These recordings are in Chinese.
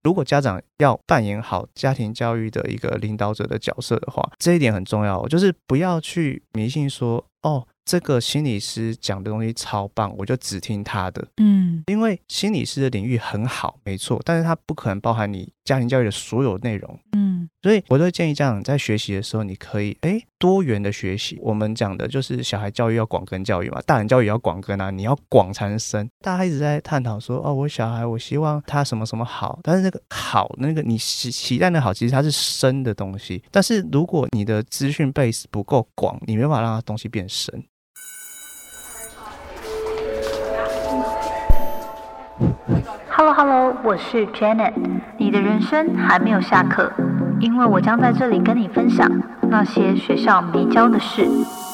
如果家长要扮演好家庭教育的一个领导者的角色的话，这一点很重要，就是不要去迷信说这个心理师讲的东西超棒，我就只听他的。因为心理师的领域很好没错，但是它不可能包含你家庭教育的所有内容。所以我都会建议家长在学习的时候，你可以多元的学习。我们讲的就是小孩教育要广根教育嘛，大人教育也要广根啊，你要广才能深。大家一直在探讨说我小孩我希望他什么什么好，但是那个好，那个你期待的好其实它是深的东西，但是如果你的资讯 base 不够广，你没办法让它东西变深。 Hello， 我是 Janet， 你的人生还没有下课，因为我将在这里跟你分享那些学校没教的事。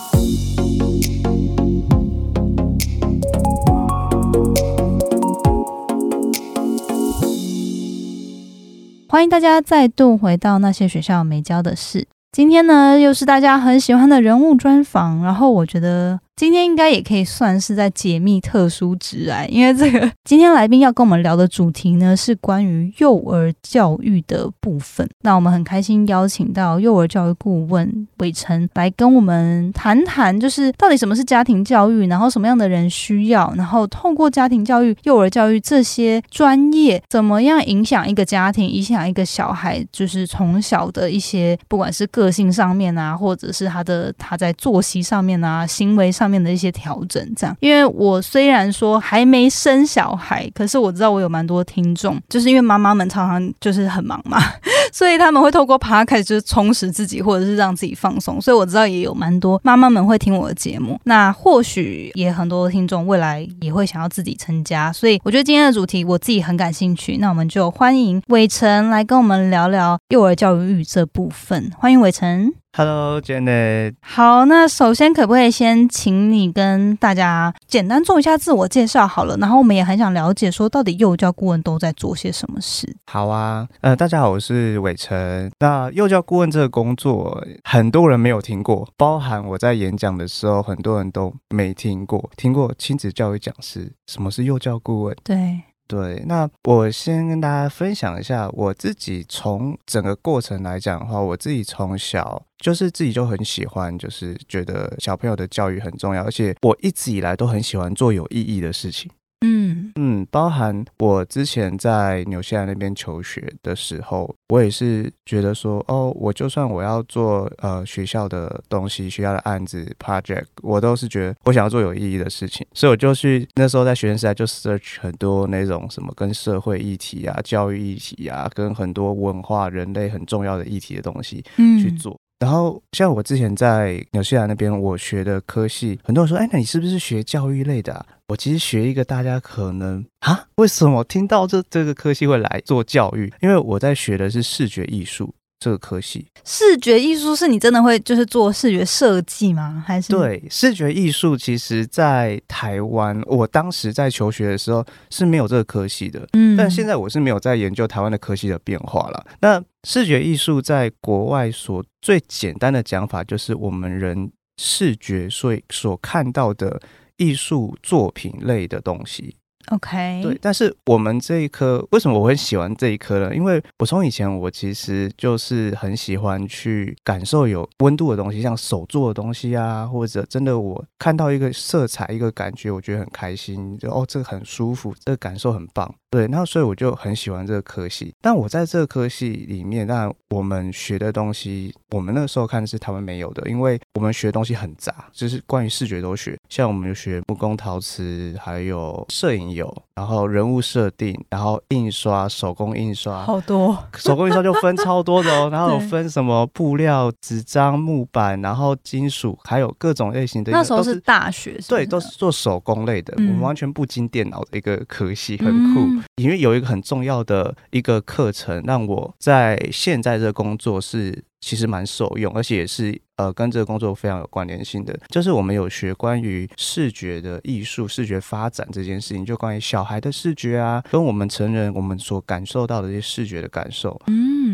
欢迎大家再度回到那些学校没教的事。今天呢，又是大家很喜欢的人物专访，然后我觉得今天应该也可以算是在解密特殊职癌，因为这个今天来宾要跟我们聊的主题呢是关于幼儿教育的部分。那我们很开心邀请到幼儿教育顾问伟成来跟我们谈谈，就是到底什么是家庭教育，然后什么样的人需要，然后透过家庭教育、幼儿教育这些专业，怎么样影响一个家庭，影响一个小孩，就是从小的一些不管是个性上面啊，或者是他在作息上面啊，行为上面的一些调整这样。因为我虽然说还没生小孩，可是我知道我有蛮多听众，就是因为妈妈们常常就是很忙嘛，所以他们会透过 podcast 就是充实自己，或者是让自己放松，所以我知道也有蛮多妈妈们会听我的节目。那或许也很多听众未来也会想要自己成家，所以我觉得今天的主题我自己很感兴趣。那我们就欢迎伟成来跟我们聊聊幼儿教育这部分。欢迎伟成。 Hello Janet。 好，那首先可不可以先请你跟大家简单做一下自我介绍好了，然后我们也很想了解说到底幼教顾问都在做些什么事。 好啊，大家好，我是伟成。那幼教顾问这个工作很多人没有听过，包含我在演讲的时候很多人都没听过亲子教育讲师，什么是幼教顾问？对，那我先跟大家分享一下我自己从整个过程来讲的话，我自己从小就是自己就很喜欢，就是觉得小朋友的教育很重要，而且我一直以来都很喜欢做有意义的事情。包含我之前在纽西兰那边求学的时候，我也是觉得说我就算我要做学校的东西，学校的案子 project， 我都是觉得我想要做有意义的事情，所以我就去那时候在学生时代就 search 很多那种什么跟社会议题啊、教育议题啊，跟很多文化人类很重要的议题的东西去做。然后像我之前在纽西兰那边我学的科系，很多人说那你是不是学教育类的啊？我其实学一个大家可能为什么听到这个科系会来做教育，因为我在学的是视觉艺术这个科系。 视觉艺术是你真的会就是做视觉设计吗？还是？对， 视觉艺术其实在台湾我当时在求学的时候是没有这个科系的，但现在我是没有在研究台湾的科系的变化了。那视觉艺术在国外最简单的讲法就是我们人视觉所看到的艺术作品类的东西。 OK， 对，但是我们这一科为什么我会喜欢这一科呢？因为我从以前我其实就是很喜欢去感受有温度的东西，像手做的东西啊，或者真的我看到一个色彩一个感觉我觉得很开心，就这个很舒服，这个感受很棒。对，那所以我就很喜欢这个科系。但我在这个科系里面，当然我们学的东西我们那个时候看的是台湾没有的，因为我们学的东西很杂，就是关于视觉都学，像我们就学木工陶瓷，还有摄影有，然后人物设定，然后印刷，手工印刷， 好多手工印刷就分超多的然后有分什么布料、纸张、木板，然后金属，还有各种类型的。 那时候是大学是不是？ 对，都是做手工类的，我们完全不经电脑的一个科系，很酷。因为有一个很重要的一个课程让我在现在这个工作是其实蛮受用，而且也是跟这个工作非常有关联性的，就是我们有学关于视觉的艺术、视觉发展这件事情，就关于小孩的视觉啊，跟我们成人我们所感受到的这些视觉的感受。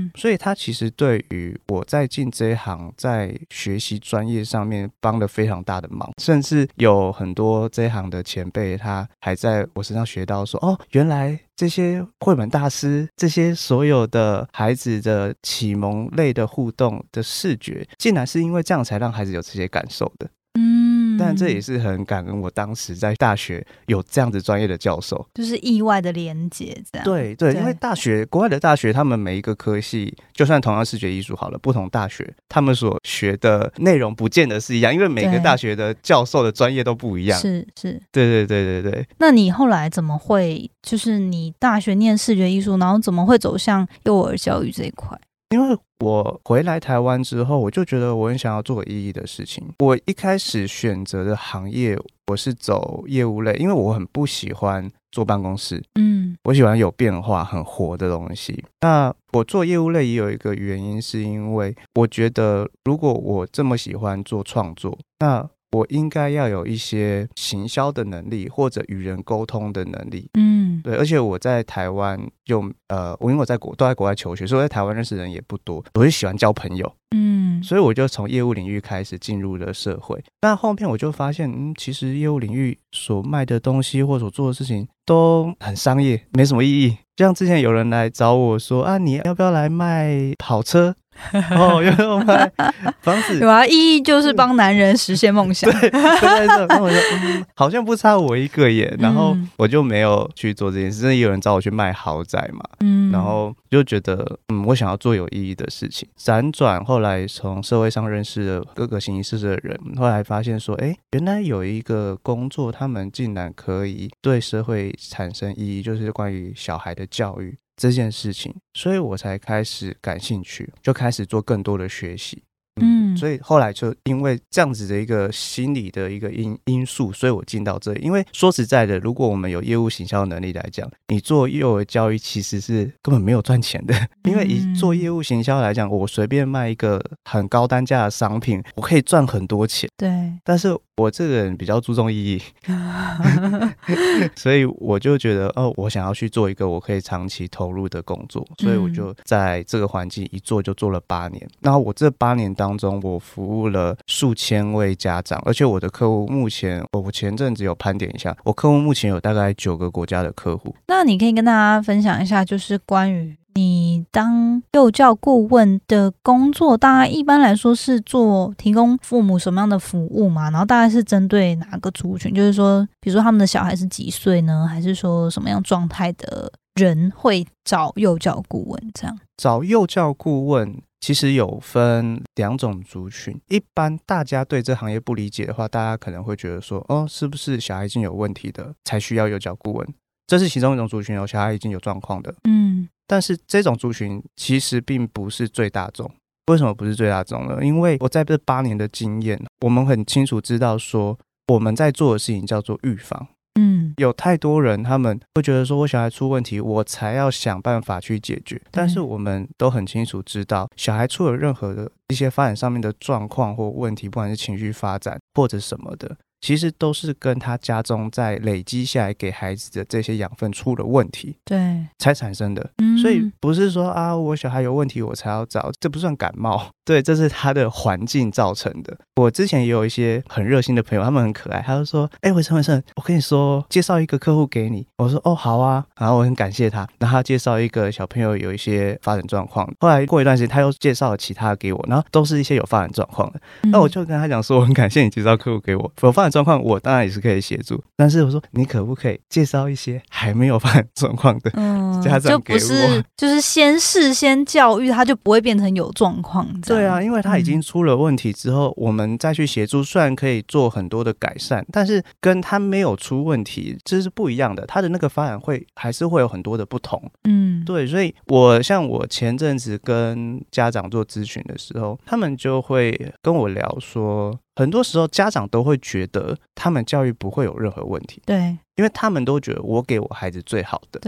所以他其实对于我在进这一行在学习专业上面帮了非常大的忙，甚至有很多这一行的前辈他还在我身上学到说，哦，原来这些绘本大师，这些所有的孩子的启蒙类的互动的视觉，竟然是因为这样才让孩子有这些感受的。但这也是很感恩我当时在大学有这样子专业的教授，就是意外的连结这样。 对，因为国外的大学他们每一个科系就算同样视觉艺术好了，不同大学他们所学的内容不见得是一样，因为每个大学的教授的专业都不一样。是，对。 那你后来怎么会就是你大学念视觉艺术，然后怎么会走向幼儿教育这一块？ 因为我回来台湾之后，我就觉得我很想要做有意义的事情。我一开始选择的行业，我是走业务类，因为我很不喜欢坐办公室，我喜欢有变化、很活的东西。那我做业务类也有一个原因，是因为我觉得如果我这么喜欢做创作，那我应该要有一些行销的能力或者与人沟通的能力。对，而且我在台湾因为我都在国外求学，所以我在台湾认识的人也不多，我就喜欢交朋友。所以我就从业务领域开始进入了社会。那后面我就发现，其实业务领域所卖的东西或所做的事情都很商业，没什么意义。就像之前有人来找我说啊，你要不要来卖跑车？要卖房子？ 有啊，意义就是帮男人实现梦想。 对，然后我就好像不差我一个耶，然后我就没有去做这件事。真的有人找我去卖豪宅嘛，然后就觉得我想要做有意义的事情。辗转后来从社会上认识了各个形形色色的人，后来发现说，原来有一个工作，他们竟然可以对社会产生意义，就是关于小孩的教育这件事情，所以我才开始感兴趣，就开始做更多的学习。所以后来就因为这样子的一个心理的一个因素，所以我进到这里。因为说实在的，如果我们有业务行销能力来讲，你做幼儿教育其实是根本没有赚钱的。因为以做业务行销来讲，我随便卖一个很高单价的商品，我可以赚很多钱。 对， 但是我这个人比较注重意义所以我就觉得我想要去做一个我可以长期投入的工作，所以我就在这个环境一做就做了8年。然后我这8年当中，我服务了数千位家长，而且我的客户目前我前阵子有盘点一下，我客户目前有大概9个国家的客户。 那你可以跟大家分享一下，就是关于你当幼教顾问的工作，大概一般来说是提供父母什么样的服务嘛？然后大概是针对哪个族群？就是说，比如说他们的小孩是几岁呢？还是说什么样状态的人会找幼教顾问？这样找幼教顾问其实有分2种族群。一般大家对这行业不理解的话，大家可能会觉得说，是不是小孩已经有问题的才需要幼教顾问？这是其中一种族群，小孩已经有状况的。但是这种族群其实并不是最大众。为什么不是最大众呢？因为我在这8年的经验，我们很清楚知道说，我们在做的事情叫做预防。有太多人他们会觉得说，我小孩出问题我才要想办法去解决，但是我们都很清楚知道，小孩出了任何的一些发展上面的状况或问题，不管是情绪发展或者什么的，其实都是跟他家中在累积下来给孩子的这些养分出了问题，对，才产生的。所以不是说我小孩有问题我才要找，这不算感冒，对，这是他的环境造成的。我之前也有一些很热心的朋友，他们很可爱，他就说伟成，我跟你说，介绍一个客户给你。我说好啊，然后我很感谢他，然后他介绍一个小朋友有一些发展状况，后来过一段时间他又介绍了其他给我，然后都是一些有发展状况的。那我就跟他讲说，我很感谢你介绍客户给我，有发展状况我当然也是可以协助，但是我说你可不可以介绍一些还没有发展状况的家长给我， 就是事先教育他，就不会变成有状况。 对啊，因为他已经出了问题之后，我们再去协助，虽然可以做很多的改善，但是跟他没有出问题这是不一样的，他的那个发展还是会有很多的不同。对，所以我前阵子跟家长做咨询的时候，他们就会跟我聊说，很多时候家长都会觉得他们教育不会有任何问题，对，因为他们都觉得我给我孩子最好的，对，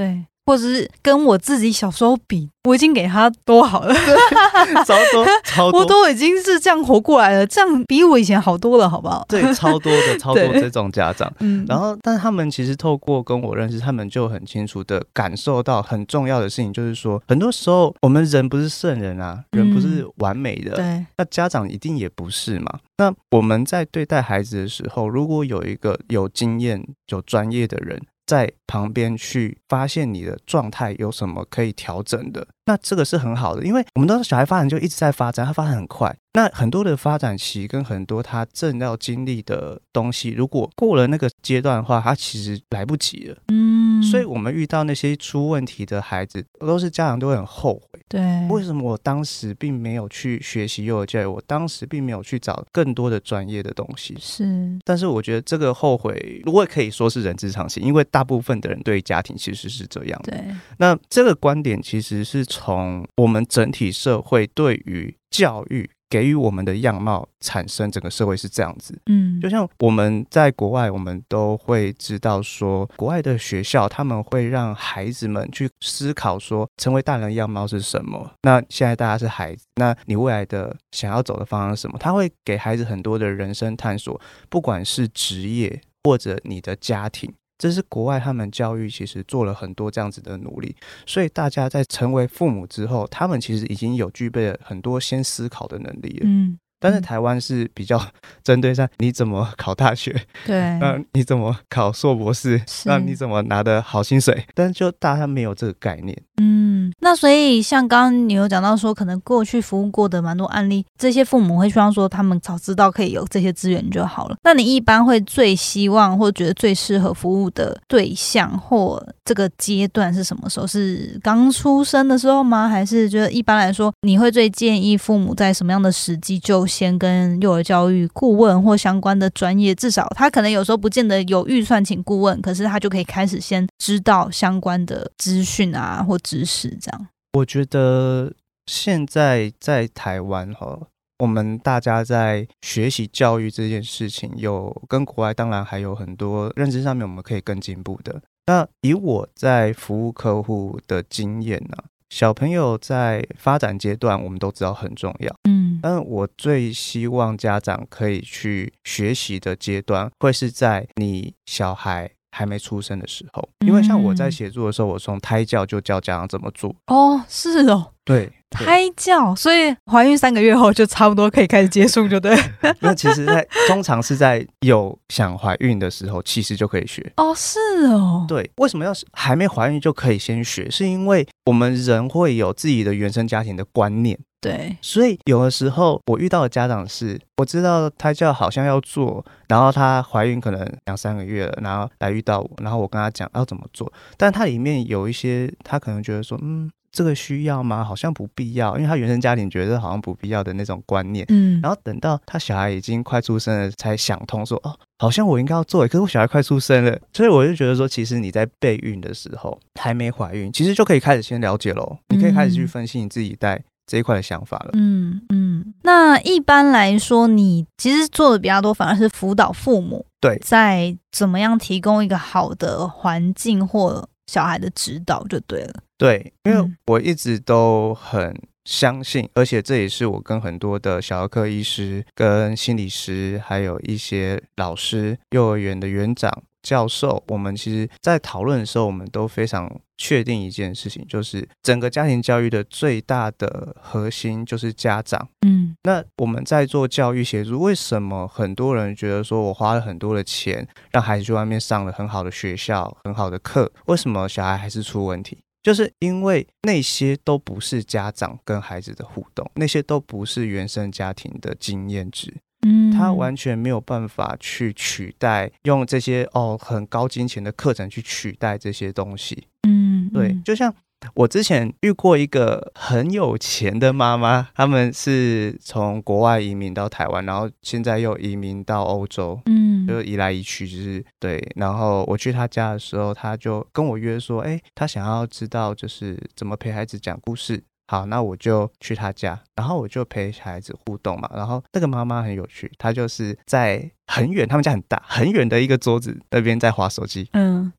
或者是跟我自己小时候比，我已经给他多好了， 超多， 我都已经是这样活过来了，这样比我以前好多了，好不好？ 对，超多这种家长。然后，但他们其实透过跟我认识，他们就很清楚的感受到很重要的事情，就是说，很多时候我们人不是圣人啊，人不是完美的， 对， 那家长一定也不是嘛。那我们在对待孩子的时候，如果有一个有经验、有专业的人在旁边去发现你的状态有什么可以调整的，那这个是很好的，因为我们都是小孩发展就一直在发展，他发展很快，那很多的发展期跟很多他正要经历的东西，如果过了那个阶段的话，他其实来不及了。所以我们遇到那些出问题的孩子，都是家长都会很后悔。 对， 为什么我当时并没有去学习幼儿教育？我当时并没有去找更多的专业的东西。 是， 但是我觉得这个后悔，我也可以说是人之常情，因为大部分的人对于家庭其实是这样的。 对， 那这个观点其实是从我们整体社会对于教育给予我们的样貌产生，整个社会是这样子。就像我们在国外，我们都会知道说，国外的学校他们会让孩子们去思考说，成为大人的样貌是什么。那现在大家是孩子，那你未来的想要走的方向是什么？他会给孩子很多的人生探索，不管是职业或者你的家庭。这是国外他们教育其实做了很多这样子的努力，所以大家在成为父母之后，他们其实已经有具备了很多先思考的能力了。但是台湾是比较针对上你怎么考大学， 对， 那你怎么考硕博士，那你怎么拿得好薪水，但是就大家没有这个概念。 那所以像刚刚你有讲到说，可能过去服务过的蛮多案例，这些父母会希望说他们早知道可以有这些资源就好了。那你一般会最希望或觉得最适合服务的对象或这个阶段是什么时候？是刚出生的时候吗？还是觉得一般来说你会最建议父母在什么样的时机就先跟幼儿教育顾问或相关的专业，至少他可能有时候不见得有预算请顾问，可是他就可以开始先知道相关的资讯啊或知识这样。 我觉得现在在台湾我们大家在学习教育这件事情，有跟国外当然还有很多认知上面我们可以更进步的。那以我在服务客户的经验呢，小朋友在发展阶段我们都知道很重要，但我最希望家长可以去学习的阶段，会是在你小孩还没出生的时候。因为像我在协助的时候，我从胎教就教家长怎么做。 是哦， 对， 胎教，所以怀孕3个月后就差不多可以开始接送，就对。 那其实通常是在有想怀孕的时候，其实就可以学。 是哦。 对，为什么要还没怀孕就可以先学？是因为我们人会有自己的原生家庭的观念。 对， 所以有的时候我遇到的家长是，我知道胎教好像要做，然后她怀孕可能2-3个月了，然后来遇到我，然后我跟她讲要怎么做，但她里面有一些她可能觉得说这个需要吗？好像不必要，因为他原生家庭觉得好像不必要的那种观念。然后等到他小孩已经快出生了，才想通说好像我应该要做，可是我小孩快出生了，所以我就觉得说，其实你在备孕的时候还没怀孕，其实就可以开始先了解咯，你可以开始去分析你自己在这一块的想法了。 那一般来说，你其实做的比较多，反而是辅导父母， 对， 在怎么样提供一个好的环境或小孩的指导就对了。 对，因为我一直都很相信，而且这也是我跟很多的小儿科医师、跟心理师，还有一些老师、幼儿园的园长、教授，我们其实在讨论的时候，我们都非常确定一件事情，就是整个家庭教育的最大的核心就是家长。那我们在做教育协助，为什么很多人觉得说我花了很多的钱让孩子去外面上了很好的学校、很好的课，为什么小孩还是出问题？就是因为那些都不是家长跟孩子的互动，那些都不是原生家庭的经验值，他完全没有办法去取代，用这些很高金钱的课程去取代这些东西。对，就像我之前遇过一个很有钱的妈妈，他们是从国外移民到台湾，然后现在又移民到欧洲，就移来移去，就是对。然后我去他家的时候，他就跟我约说，他想要知道就是怎么陪孩子讲故事。好，那我就去他家，然后我就陪孩子互动嘛。然后那个妈妈很有趣，她就是在很远，他们家很大，很远的一个桌子那边在滑手机。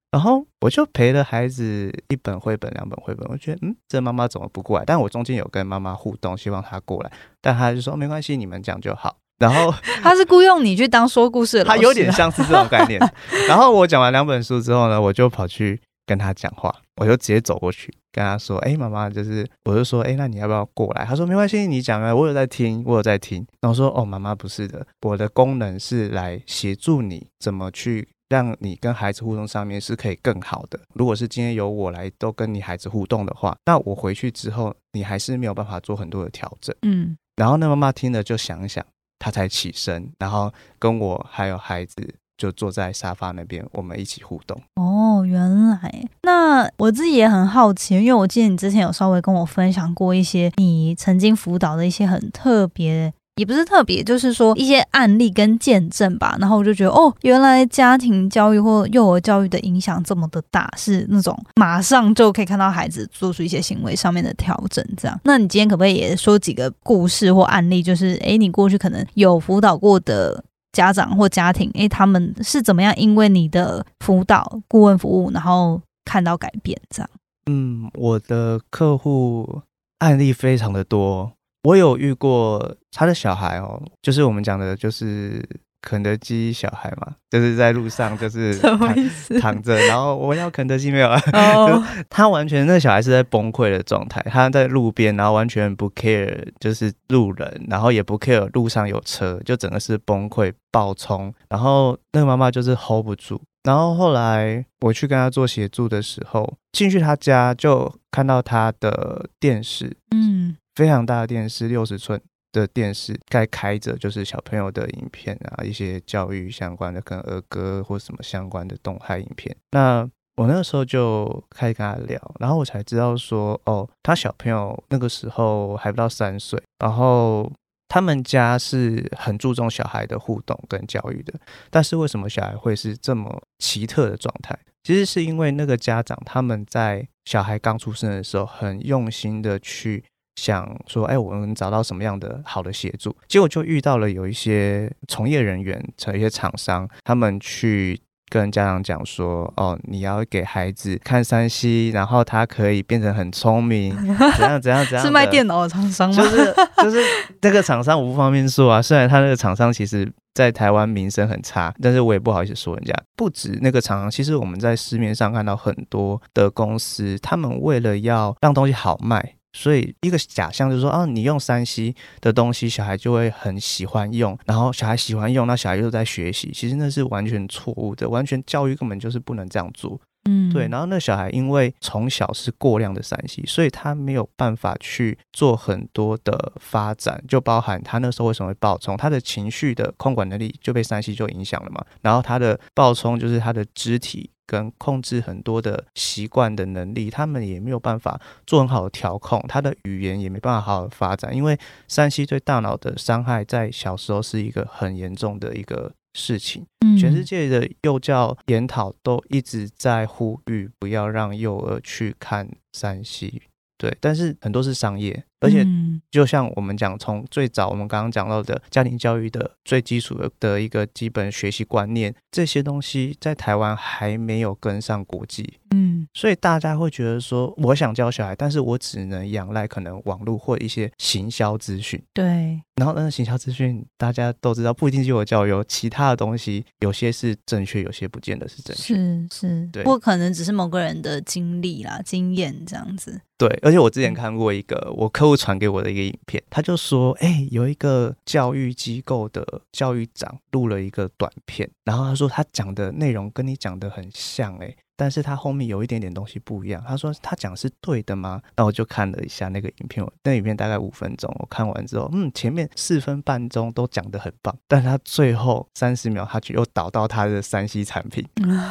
然后我就陪了孩子1本绘本2本绘本，我觉得这妈妈怎么不过来？但我中间有跟妈妈互动，希望她过来，但她就说没关系，你们讲就好。然后他是雇佣你去当说故事的老师， 他有点像是这种概念。然后我讲完2本书之后呢，我就跑去跟他讲话，我就直接走过去跟他说：“妈妈，我就说，那你要不要过来？”他说：“没关系，你讲啊，我有在听。”然后我说：“哦，妈妈不是的，我的功能是来协助你怎么去让你跟孩子互动上面是可以更好的。如果是今天由我来都跟你孩子互动的话，那我回去之后，你还是没有办法做很多的调整。”然后那妈妈听了就想一想。他才起身，然后跟我还有孩子就坐在沙发那边，我们一起互动。 哦，原来。那我自己也很好奇，因为我记得你之前有稍微跟我分享过一些你曾经辅导的一些很特别，也不是特别，就是说一些案例跟见证吧。然后我就觉得原来家庭教育或幼儿教育的影响这么的大，是那种马上就可以看到孩子做出一些行为上面的调整这样。那你今天可不可以也说几个故事或案例，就是你过去可能有辅导过的家长或家庭，他们是怎么样因为你的辅导顾问服务然后看到改变这样？ 我的客户案例非常的多。我有遇过他的小孩就是我们讲的就是肯德基小孩嘛，就是在路上就是躺着，然后我要肯德基没有就是他完全那个小孩是在崩溃的状态，他在路边，然后完全不 care 就是路人，然后也不 care 路上有车，就整个是崩溃暴冲，然后那个妈妈就是 hold 不住。然后后来我去跟他做协助的时候，进去他家就看到他的电视，非常大的电视，60寸的电视该开着，就是小朋友的影片啊，一些教育相关的，跟儿歌或什么相关的动态影片。那我那个时候就开始跟他聊，然后我才知道说，他小朋友那个时候还不到3岁，然后他们家是很注重小孩的互动跟教育的，但是为什么小孩会是这么奇特的状态？其实是因为那个家长他们在小孩刚出生的时候很用心的去想说我们找到什么样的好的协助，结果就遇到了有一些从业人员一些厂商，他们去跟家长讲说你要给孩子看3C，然后他可以变成很聪明怎样是卖电脑的厂商吗？ 就是那个厂商我不方便说啊，虽然他那个厂商其实在台湾名声很差，但是我也不好意思说人家。不止那个厂商，其实我们在市面上看到很多的公司，他们为了要让东西好卖，所以一个假象就是说你用3C 的东西小孩就会很喜欢用，然后小孩喜欢用，那小孩又在学习，其实那是完全错误的，完全教育根本就是不能这样做。对，然后那小孩因为从小是过量的3C，所以他没有办法去做很多的发展，就包含他那时候为什么会暴冲，他的情绪的控管能力就被3C 就影响了嘛，然后他的暴冲就是他的肢体跟控制很多的习惯的能力，他们也没有办法做很好的调控，他的语言也没办法好好的发展，因为3C 对大脑的伤害在小时候是一个很严重的一个事情。全世界的幼教研讨都一直在呼吁不要让幼儿去看3C，对，但是很多是商业，而且就像我们讲，从最早我们刚刚讲到的家庭教育的最基础的一个基本学习观念，这些东西在台湾还没有跟上国际。所以大家会觉得说我想教小孩，但是我只能仰赖可能网络或一些行销资讯。 对， 然后那个行销资讯大家都知道不一定是幼儿教育，有其他的东西有些是正确，有些不见得是正确， 是对， 不可能只是某个人的经历啦经验这样子。 对，而且我之前看过一个我客户传给我的一个影片，他就说有一个教育机构的教育长录了一个短片，然后他说他讲的内容跟你讲的很像但是他后面有一点点东西不一样，他说他讲是对的吗？那我就看了一下那个影片，那影片大概5分钟，我看完之后前面4分半钟都讲得很棒，但是他最后30秒他就又导到他的3C 产品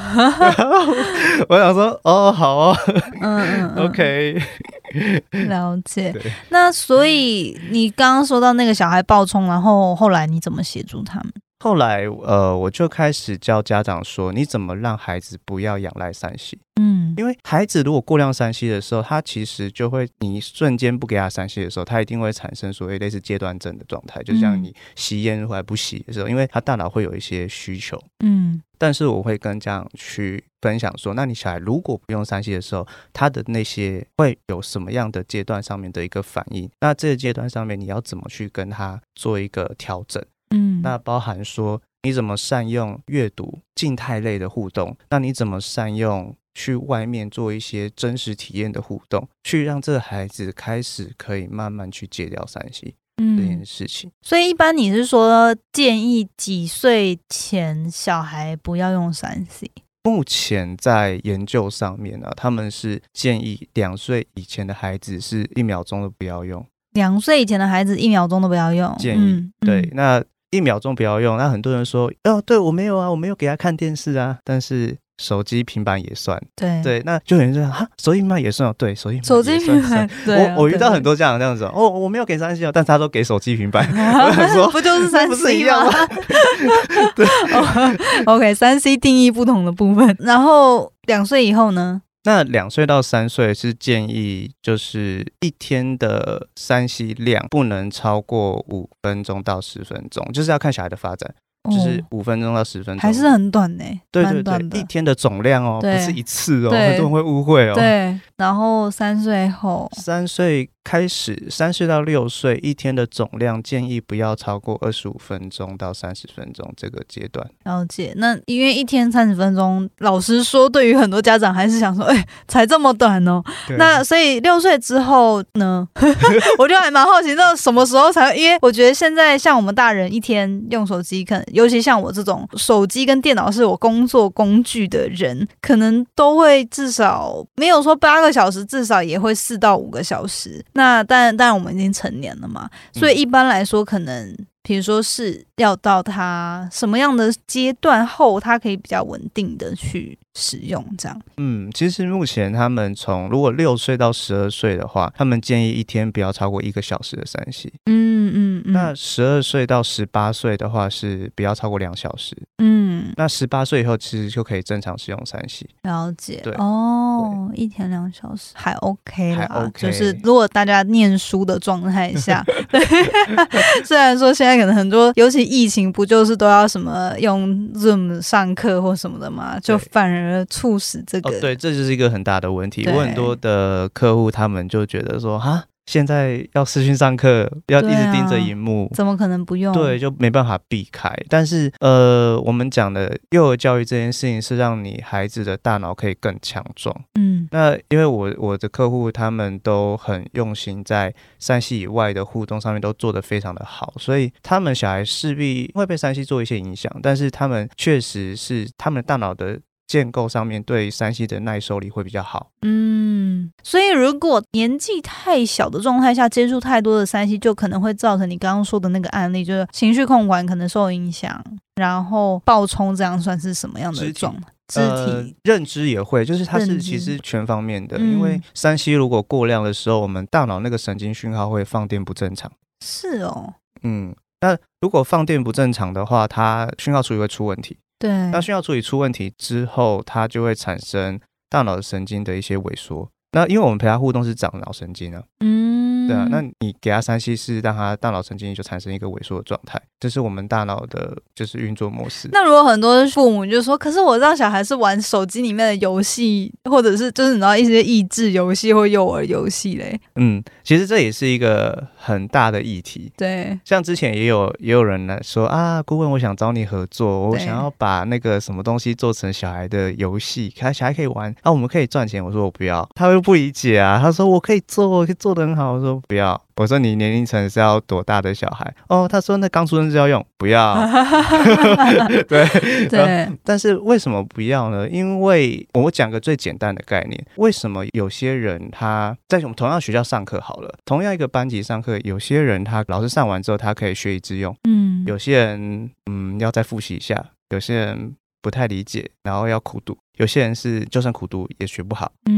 我想说好OK 了解。那所以你刚刚说到那个小孩暴冲，然后后来你怎么协助他们？ 后来我就开始教家长说，你怎么让孩子不要仰赖3C。因为孩子如果过量3C的时候，他其实就会，你瞬间不给他3C的时候，他一定会产生所谓类似戒断症的状态，就像你吸烟或者不吸的时候，因为他大脑会有一些需求。但是我会跟家长去分享说，那你小孩如果不用3C的时候，他的那些会有什么样的阶段上面的一个反应？那这个阶段上面你要怎么去跟他做一个调整？那包含说你怎么善用阅读静态类的互动，那你怎么善用去外面做一些真实体验的互动，去让这个孩子开始可以慢慢去戒掉3C这件事情。 所以一般你是说建议几岁前小孩不要用3C？ 目前在研究上面呢，他们是建议2岁以前的孩子是1秒钟都不要用。 2岁以前的孩子1秒钟都不要用， 建议对。那1秒钟不要用，那很多人说对，我没有啊，我没有给他看电视啊，但是手机平板也算。对，那就有人说手机平板也算。对，手机平板对。我遇到很多家长这样子我没有给3C，但是他都给手机平板。我想说不就是3C 吗？ 不是一样吗？ 对OK， 3C 定义不同的部分。然后2岁以后呢？ 那2岁到3岁是建议就是一天的3C 量不能超过5分钟到10分钟，就是要看小孩的发展。就是5分钟到10分钟， 还是很短对，一天的总量不是一次很多人会误会对，然后3岁后 ，3岁开始，3岁到6岁一天的总量建议不要超过25分钟到30分钟这个阶段。 了解。那因为一天30分钟，老实说，对于很多家长还是想说，才这么短哦。那所以6岁之后呢？我就还蛮好奇，那什么时候才会？因为我觉得现在像我们大人一天用手机，可能尤其像我这种手机跟电脑是我工作工具的人，可能都会至少没有说8个小时，至少也会4到5个小时。那当然我们已经成年了嘛，所以一般来说可能比如说是要到他什么样的阶段后，他可以比较稳定的去使用这样。 其实目前他们如果6岁到12岁的话，他们建议一天不要超过1个小时的3C。那12岁到18岁的话是不要超过2小时。那18岁以后其实就可以正常使用3C。 了解。 对一天2小时还 OK 啦， 还 OK。 就是如果大家念书的状态下，对，虽然说现在可能很多，尤其疫情不就是都要什么用 Zoom 上课或什么的嘛，就反而促使这个。 对，这就是一个很大的问题。我很多的客户他们就觉得说现在要视讯上课，要一直盯着萤幕， 怎么可能不用？对， 就没办法避开。但是我们讲的幼儿教育这件事情是让你孩子的大脑可以更强壮。那因为我的客户他们都很用心，在3C以外的互动上面都做得非常的好，所以他们小孩势必会被3C做一些影响，但是他们确实是他们的大脑的建构上面对3C的耐受力会比较好。 所以如果年纪太小的状态下接触太多的3C，就可能会造成你刚刚说的那个案例，就是情绪控管可能受影响，然后暴冲，这样算是什么样的状态？肢体认知也会，就是它是其实全方面的。因为3C 如果过量的时候，我们大脑那个神经讯号会放电不正常。 是哦。 那如果放电不正常的话，它讯号处理会出问题。 对， 那讯号处理出问题之后，它就会产生大脑的神经的一些萎缩。那因为我们陪他互动是长脑神经啊，对啊，那你给他3C是让他大脑神经就产生一个萎缩的状态，这是我们大脑的就是运作模式。 那如果很多父母就说，可是我让小孩是玩手机里面的游戏，或者是就是你知道一些益智游戏或幼儿游戏嘞， 其实这也是一个很大的议题。 对， 像之前也有人来说顾问，我想找你合作，我想要把那个什么东西做成小孩的游戏，小孩可以玩我们可以赚钱。我说我不要，他会不理解啊，他说我可以做得很好，我说不要。我说你年龄层是要多大的小孩？他说那刚出生就要用，不要。对，但是为什么不要呢？因为我讲个最简单的概念，为什么有些人他在我们同样学校上课好了，同样一个班级上课，有些人他老师上完之后他可以学以致用，有些人要再复习一下，有些人不太理解，然后要苦读，有些人是就算苦读也学不好。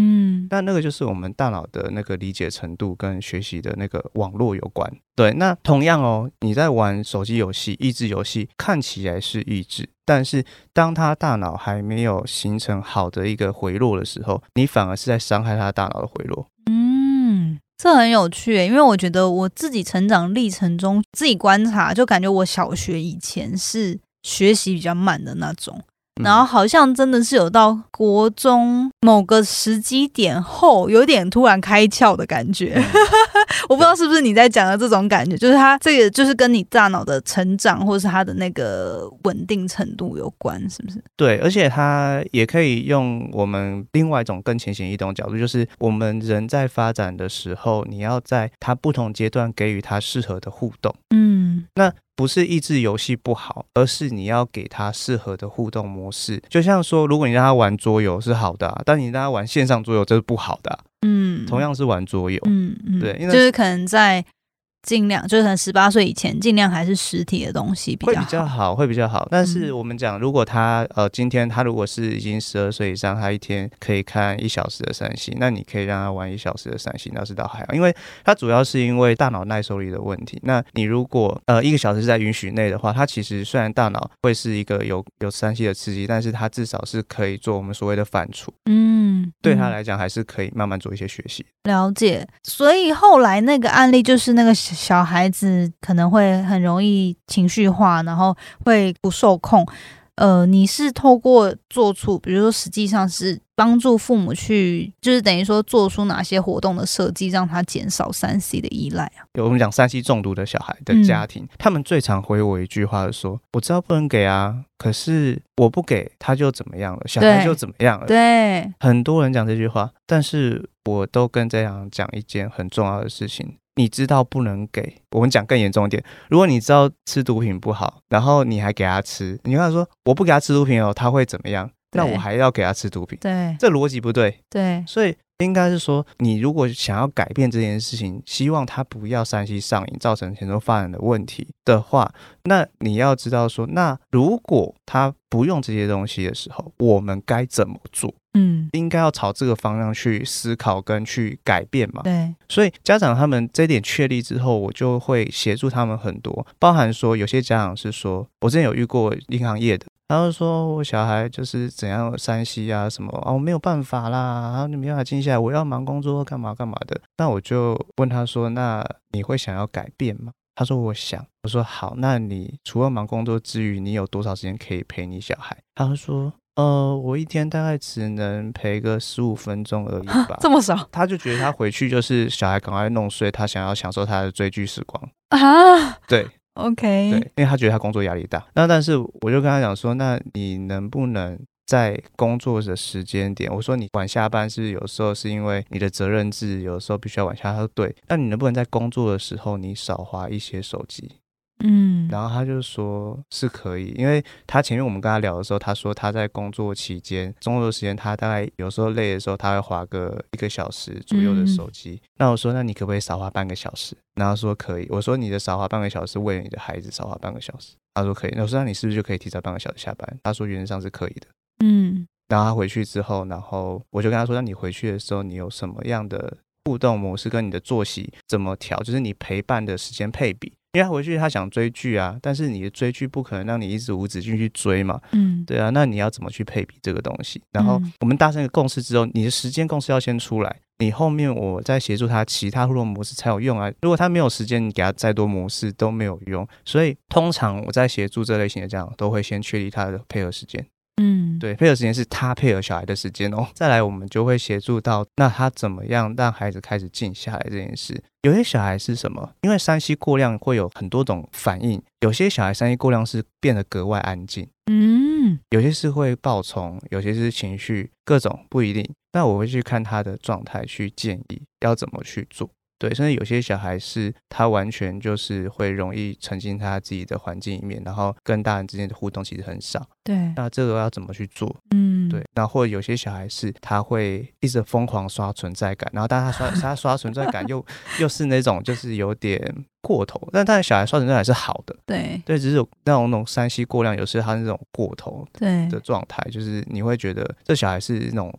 那个就是我们大脑的那个理解程度跟学习的那个网络有关。对，那同样哦，你在玩手机游戏、益智游戏，看起来是益智，但是当他大脑还没有形成好的一个回落的时候，你反而是在伤害他大脑的回落。 这很有趣耶，因为我觉得我自己成长历程中自己观察，就感觉我小学以前是学习比较慢的那种，然后好像真的是有到国中某个时机点后，有点突然开窍的感觉。我不知道是不是你在讲的这种感觉，就是它这个就是跟你大脑的成长或是它的那个稳定程度有关，是不是？ 对，而且它也可以用我们另外一种更浅显易懂的角度，就是我们人在发展的时候，你要在它不同阶段给予它适合的互动。那不是益智游戏不好，而是你要给他适合的互动模式。就像说，如果你让他玩桌游是好的但你让他玩线上桌游这是不好的同样是玩桌游，对，因为就是可能在尽量就是可能18岁以前尽量还是实体的东西会比较好，会比较好。但是我们讲，如果他今天他如果是已经12岁以上，他一天可以看1小时的3C，那你可以让他玩1小时的3C，那是倒还好，因为他主要是因为大脑耐受力的问题。那你如果1个小时在允许内的话，他其实虽然大脑会是一个有3C 的刺激，但是他至少是可以做我们所谓的反刍。对他来讲还是可以慢慢做一些学习。 了解。所以后来那个案例就是那个小孩子可能会很容易情绪化，然后会不受控。你是透过做出，比如说实际上是帮助父母去，就是等于说做出哪些活动的设计，让他减少3C 的依赖啊？ 我们讲3C 中毒的小孩的家庭，他们最常回我一句话是说，我知道不能给啊，可是我不给他就怎么样了，小孩就怎么样了。 对， 很多人讲这句话，但是我都跟这样讲一件很重要的事情。你知道不能给，我们讲更严重一点，如果你知道吃毒品不好，然后你还给他吃，你跟他说我不给他吃毒品他会怎么样？那我还要给他吃毒品， 对， 这逻辑不对。 对， 所以应该是说，你如果想要改变这件事情，希望他不要3C上瘾，造成前头发展的问题的话，那你要知道说，那如果他不用这些东西的时候，我们该怎么做？应该要朝这个方向去思考跟去改变嘛。 对， 所以家长他们这一点确立之后，我就会协助他们很多，包含说有些家长是说，我之前有遇过银行业的，然后说我小孩就是怎样3C啊什么我没有办法啦，然后你没办法静下来，我要忙工作干嘛干嘛的。那我就问他说，那你会想要改变吗？他说我想。我说好，那你除了忙工作之余，你有多少时间可以陪你小孩？他说我一天大概只能陪个15分钟而已吧。 这么少？ 他就觉得他回去就是小孩赶快弄睡，他想要享受他的追剧时光对 OK， 对，因为他觉得他工作压力大。那但是我就跟他讲说，那你能不能在工作的时间点，我说你晚下班是有时候是因为你的责任制，有时候必须要晚下。他说对，那你能不能在工作的时候你少滑一些手机？然后他就说是可以，因为他前面我们跟他聊的时候，他说他在工作期间工作时间他大概有时候累的时候他会滑个1个小时左右的手机。那我说那你可不可以少滑半个小时？然后说可以。我说你的少滑半个小时为了你的孩子少滑半个小时。他说可以。那我说那你是不是就可以提早半个小时下班？他说原则上是可以的。然后他回去之后，然后我就跟他说，那你回去的时候你有什么样的互动模式跟你的作息怎么调，就是你陪伴的时间配比。因为他回去他想追剧啊，但是你的追剧不可能让你一直无止境去追嘛。对啊，那你要怎么去配比这个东西？然后我们达成一个共识之后，你的时间共识要先出来，你后面我再协助他其他互动模式才有用啊。如果他没有时间，你给他再多模式都没有用。所以通常我在协助这类型的家长，都会先确立他的配合时间。对，配合时间是他配合小孩的时间再来我们就会协助到那他怎么样让孩子开始静下来这件事。有些小孩是什么？因为3C过量会有很多种反应，有些小孩3C过量是变得格外安静，有些是会暴冲，有些是情绪，各种不一定。那我会去看他的状态去建议要怎么去做。对，甚至有些小孩是他完全就是会容易沉浸他自己的环境里面，然后跟大人之间的互动其实很少。 对， 那这个要怎么去做？对，然后或者有些小孩是他会一直疯狂刷存在感，然后但他刷存在感又是那种就是有点过头，但当然小孩刷存在感是好的。对，只是有那种3C过量，有时他那种过头的状态，就是你会觉得这小孩是那种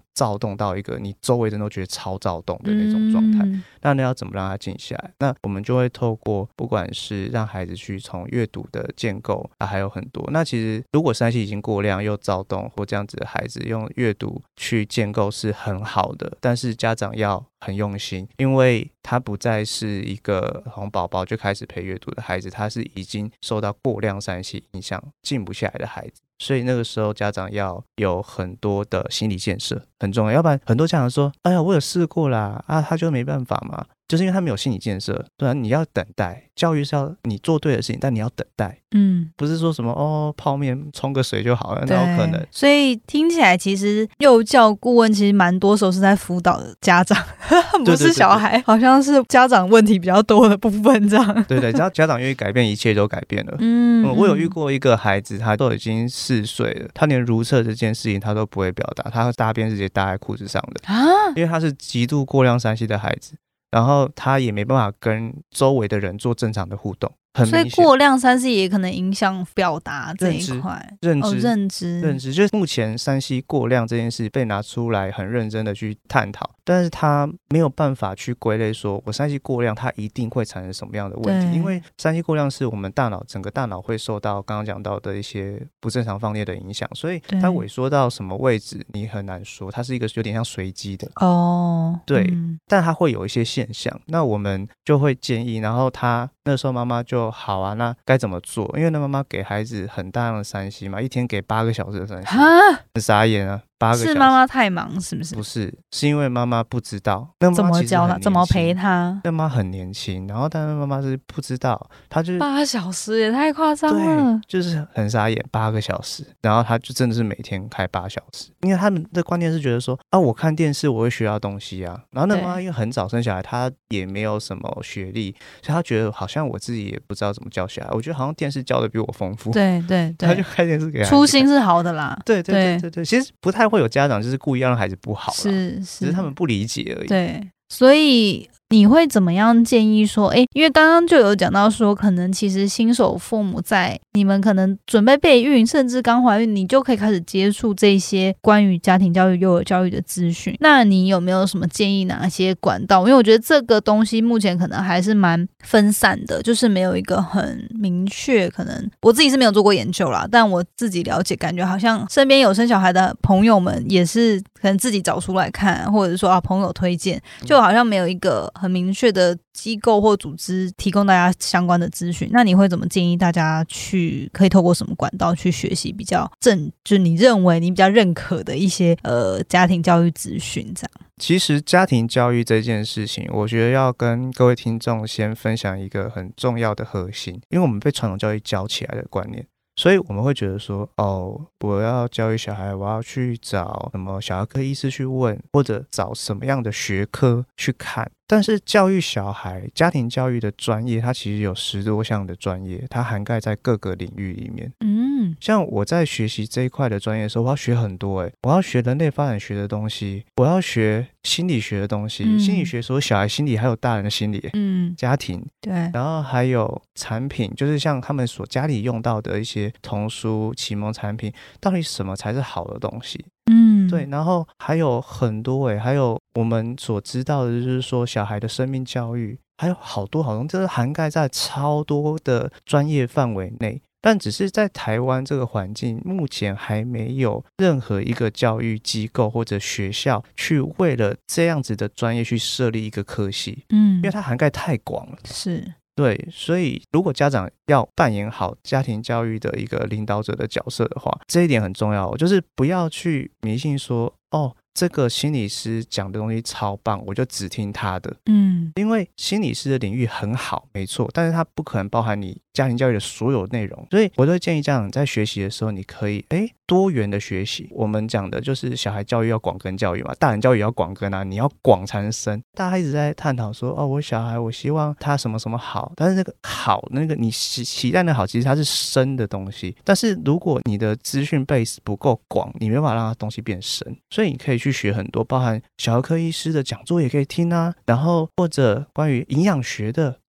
躁动到一个你周围人都觉得超躁动的那种状态，那要怎么让他静下来？那我们就会透过不管是让孩子去从阅读的建构还有很多。那其实如果3C已经过量又躁动或这样子的孩子，用阅读去建构是很好的，但是家长要很用心，因为他不再是一个从宝宝就开始陪阅读的孩子，他是已经受到过量3C影响静不下来的孩子。所以那个时候家长要有很多的心理建设很重要，要不然很多家长说哎呀我有试过啦他就没办法嘛，就是因为他没有心理建设。对啊，你要等待，教育是要你做对的事情，但你要等待，不是说什么泡面冲个水就好了，那有可能。 所以听起来其实幼教顾问其实蛮多时候是在辅导的家长不是小孩，好像是家长问题比较多的部分这样。 对，只要家长愿意改变，一切都改变了。我有遇过一个孩子，他都已经4岁了，他连如厕这件事情他都不会表达，他大便是直接搭在裤子上的因为他是极度过量3C的孩子，然后他也没办法跟周围的人做正常的互动，很明显。 所以过量3C也可能影响表达这一块，认知就是目前3C过量这件事被拿出来很认真的去探讨，但是他没有办法去归类说我3C过量它一定会产生什么样的问题，因为3C过量是我们整个大脑会受到刚刚讲到的一些不正常放电的影响，所以它萎缩到什么位置你很难说，它是一个有点像随机的对但它会有一些现象，那我们就会建议，然后他那时候妈妈就好啊，那该怎么做？因为那妈妈给孩子很大量的3C嘛，一天给8个小时的3C，很傻眼啊，8个小时。 是妈妈太忙是不是？ 不是，是因为妈妈不知道，那怎么教他，怎么陪他。 那妈妈很年轻，然后但是妈妈是不知道，她就是 8小时也太夸张了， 对，就是很傻眼，8个小时，然后他就真的是每天开8小时，因为他们的观念是觉得说我看电视我会学到东西啊，然后那妈妈因为很早生小孩，她也没有什么学历，所以她觉得好像我自己也不知道怎么教小孩，我觉得好像电视教的比我丰富， 对， 他就开电视给孩子看， 初心是好的啦， 对，其实不太会有家长就是故意要让孩子不好啦， 只是他们不理解而已。 对，所以你会怎么样建议说因为刚刚就有讲到说可能其实新手父母在你们可能准备备孕甚至刚怀孕，你就可以开始接触这些关于家庭教育幼儿教育的资讯，那你有没有什么建议哪些管道？因为我觉得这个东西目前可能还是蛮分散的，就是没有一个很明确，可能我自己是没有做过研究啦，但我自己了解感觉好像身边有生小孩的朋友们也是可能自己找出来看，或者说朋友推荐，就好像没有一个很明确的机构或组织提供大家相关的资讯。那你会怎么建议大家可以透过什么管道去学习比较就是你认为你比较认可的一些家庭教育资讯这样？ 其实家庭教育这件事情，我觉得要跟各位听众先分享一个很重要的核心，因为我们被传统教育教起来的观念，所以我们会觉得说我要教育小孩，我要去找什么小儿科医师去问，或者找什么样的学科去看。但是教育小孩家庭教育的专业，它其实有10多项的专业，它涵盖在各个领域里面。像我在学习这一块的专业的时候，我要学很多我要学人类发展学的东西，我要学心理学的东西，心理学所有小孩心理还有大人的心理，家庭， 对， 然后还有产品，就是像他们所家里用到的一些童书启蒙产品，到底什么才是好的东西。对，然后还有很多还有我们所知道的就是说小孩的生命教育，还有好多好多，这是涵盖在超多的专业范围内，但只是在台湾这个环境，目前还没有任何一个教育机构或者学校去为了这样子的专业去设立一个科系，因为它涵盖太广了。 是。 对，所以如果家长要扮演好家庭教育的一个领导者的角色的话，这一点很重要，就是不要去迷信说这个心理师讲的东西超棒，我就只听他的。因为心理师的领域很好没错，但是它不可能包含你家庭教育的所有内容，所以我都会建议家长在学习的时候，你可以多元的学习。我们讲的就是小孩教育要广根教育嘛，大人教育也要广根啊，你要广才能深。大家一直在探讨说我小孩我希望他什么什么好，但是那个好，那个你期待的好，其实它是深的东西，但是如果你的资讯 base 不够广，你没办法让它东西变深，所以你可以去学很多，包含小儿科医师的讲座也可以听啊，然后或者关于营养学的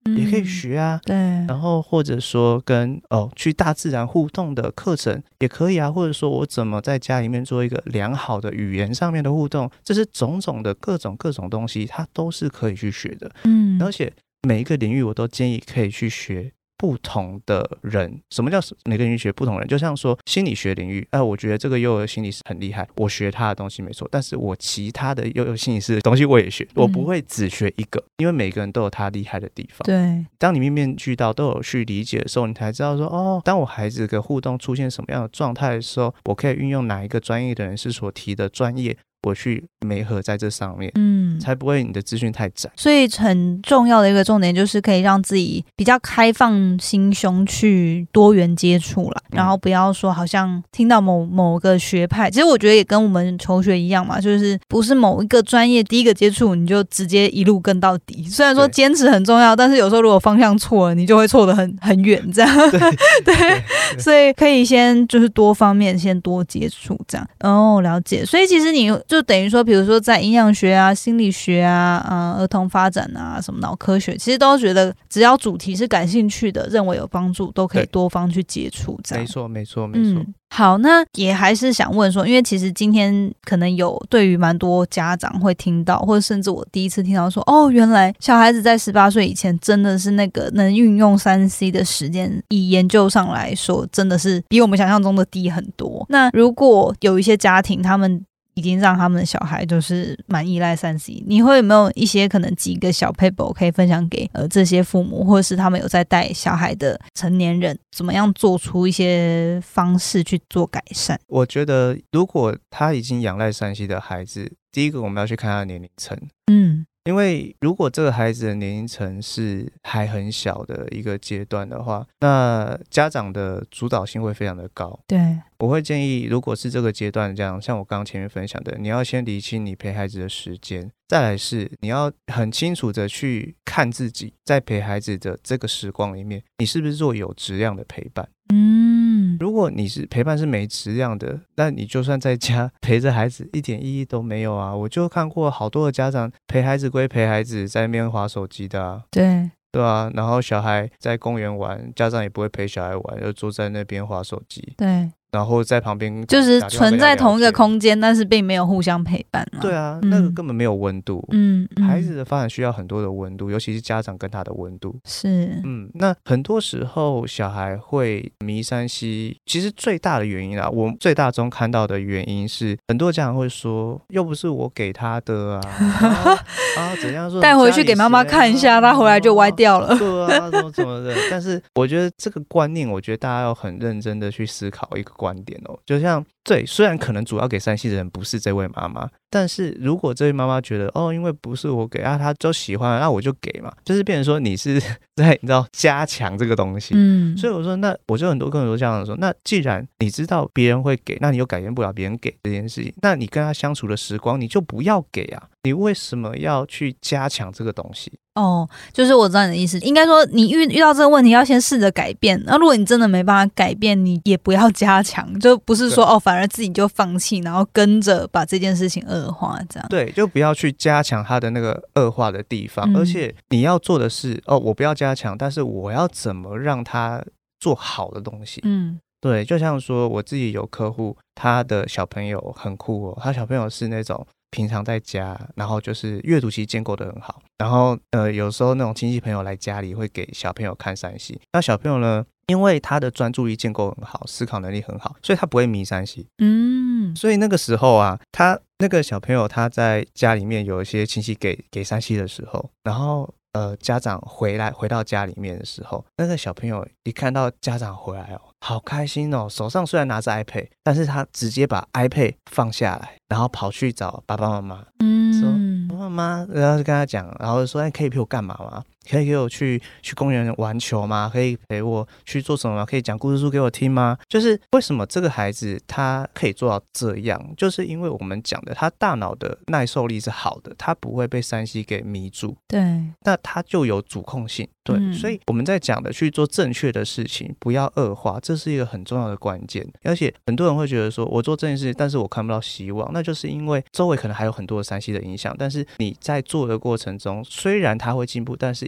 也可以学啊。 对， 然后或者说跟去大自然互动的课程也可以啊，或者说我怎么在家里面做一个良好的语言上面的互动，这是种种的各种东西，它都是可以去学的。而且每一个领域我都建议可以去学不同的人。什么叫每个领域学不同人？就像说心理学领域，我觉得这个幼儿心理师很厉害，我学他的东西没错，但是我其他的幼儿心理师的东西我也学，我不会只学一个，因为每个人都有他厉害的地方。 对， 当你面面俱到都有去理解的时候，你才知道说当我孩子的互动出现什么样的状态的时候，我可以运用哪一个专业的人士所提的专业，我去媒合在这上面，才不会你的资讯太窄。 所以很重要的一个重点就是可以让自己比较开放心胸去多元接触啦，然后不要说好像听到某个学派，其实我觉得也跟我们求学一样嘛，就是不是某一个专业第一个接触你就直接一路跟到底。虽然说坚持很重要，但是有时候如果方向错了，你就会错得很远这样。对，所以可以先就是多方面先多接触这样。了解。所以其实你就等于说，比如说在营养学啊、心理学啊、儿童发展啊、什么脑科学，其实都觉得只要主题是感兴趣的，认为有帮助，都可以多方去接触这样。 没错。 好，那也还是想问说，因为其实今天可能有对于蛮多家长会听到，或者甚至我第一次听到说，原来小孩子在18岁以前真的是那个能运用3C 的时间，以研究上来说，真的是比我们想象中的低很多。那如果有一些家庭，他们已经让他们的小孩就是蛮依赖3C， 你会有没有一些可能几个小撇步可以分享给这些父母，或者是他们有在带小孩的成年人，怎么样做出一些方式去做改善？ 我觉得如果他已经仰赖3C的孩子，第一个我们要去看他的年龄层。因为如果这个孩子的年龄层是还很小的一个阶段的话，那家长的主导性会非常的高。 对， 我会建议，如果是这个阶段这样，像我刚刚前面分享的，你要先厘清你陪孩子的时间，再来是你要很清楚的去看自己在陪孩子的这个时光里面，你是不是做有质量的陪伴。如果你是陪伴是没质量的，那你就算在家陪着孩子一点意义都没有啊。我就看过好多的家长陪孩子归陪孩子，在那边滑手机的啊。对啊，然后小孩在公园玩，家长也不会陪小孩玩，就坐在那边滑手机。 对， 然后在旁边就是存在同一个空间，但是并没有互相陪伴。 对啊，那个根本没有温度。孩子的发展需要很多的温度，尤其是家长跟他的温度。 是， 那很多时候小孩会迷3C，其实最大的原因我最大中看到的原因是，很多家长会说，又不是我给他的啊，怎样说带回去给妈妈看一下，他回来就歪掉了。 对啊，什么的。但是我觉得这个观念，我觉得大家要很认真的去思考一个观点就像虽然可能主要给3C的人不是这位妈妈，但是如果这位妈妈觉得因为不是我给她就喜欢，那我就给嘛，就是变成说你是在你知道加强这个东西。所以我说，那我就跟很多家长说，那既然你知道别人会给，那你又改变不了别人给这件事情，那你跟他相处的时光你就不要给啊，你为什么要去加强这个东西？ 就是我知道你的意思，应该说你遇到这个问题要先试着改变，那如果你真的没办法改变，你也不要加强，就不是说反而自己就放弃，然后跟着把这件事情恶化这样。 对，就不要去加强他的那个恶化的地方。而且你要做的是我不要加强，但是我要怎么让他做好的东西。对，就像说我自己有客户，他的小朋友很酷他小朋友是那种平常在家，然后就是阅读其实建构的很好，然后有时候那种亲戚朋友来家里会给小朋友看3C，那小朋友呢，因为他的专注力建构很好，思考能力很好，所以他不会迷3C。所以那个时候他那个小朋友他在家里面有一些亲戚给3C的时候，然后家长回到家里面的时候，那个小朋友一看到家长回来好开心手上虽然拿着 iPad， 但是他直接把 iPad 放下来，然后跑去找爸爸妈妈，说妈妈，然后就跟他讲，然后说可以陪我干嘛吗？可以陪我去公园玩球吗？可以陪我去做什么吗？可以讲故事书给我听吗？就是为什么这个孩子他可以做到这样，就是因为我们讲的他大脑的耐受力是好的，他不会被3C 给迷住。 对， 那他就有主控性。对，所以我们在讲的去做正确的事情，不要恶化，这是一个很重要的关键。而且很多人会觉得说，我做这件事，但是我看不到希望，那就是因为周围可能还有很多的3C 的影响，但是你在做的过程中，虽然他会进步，但是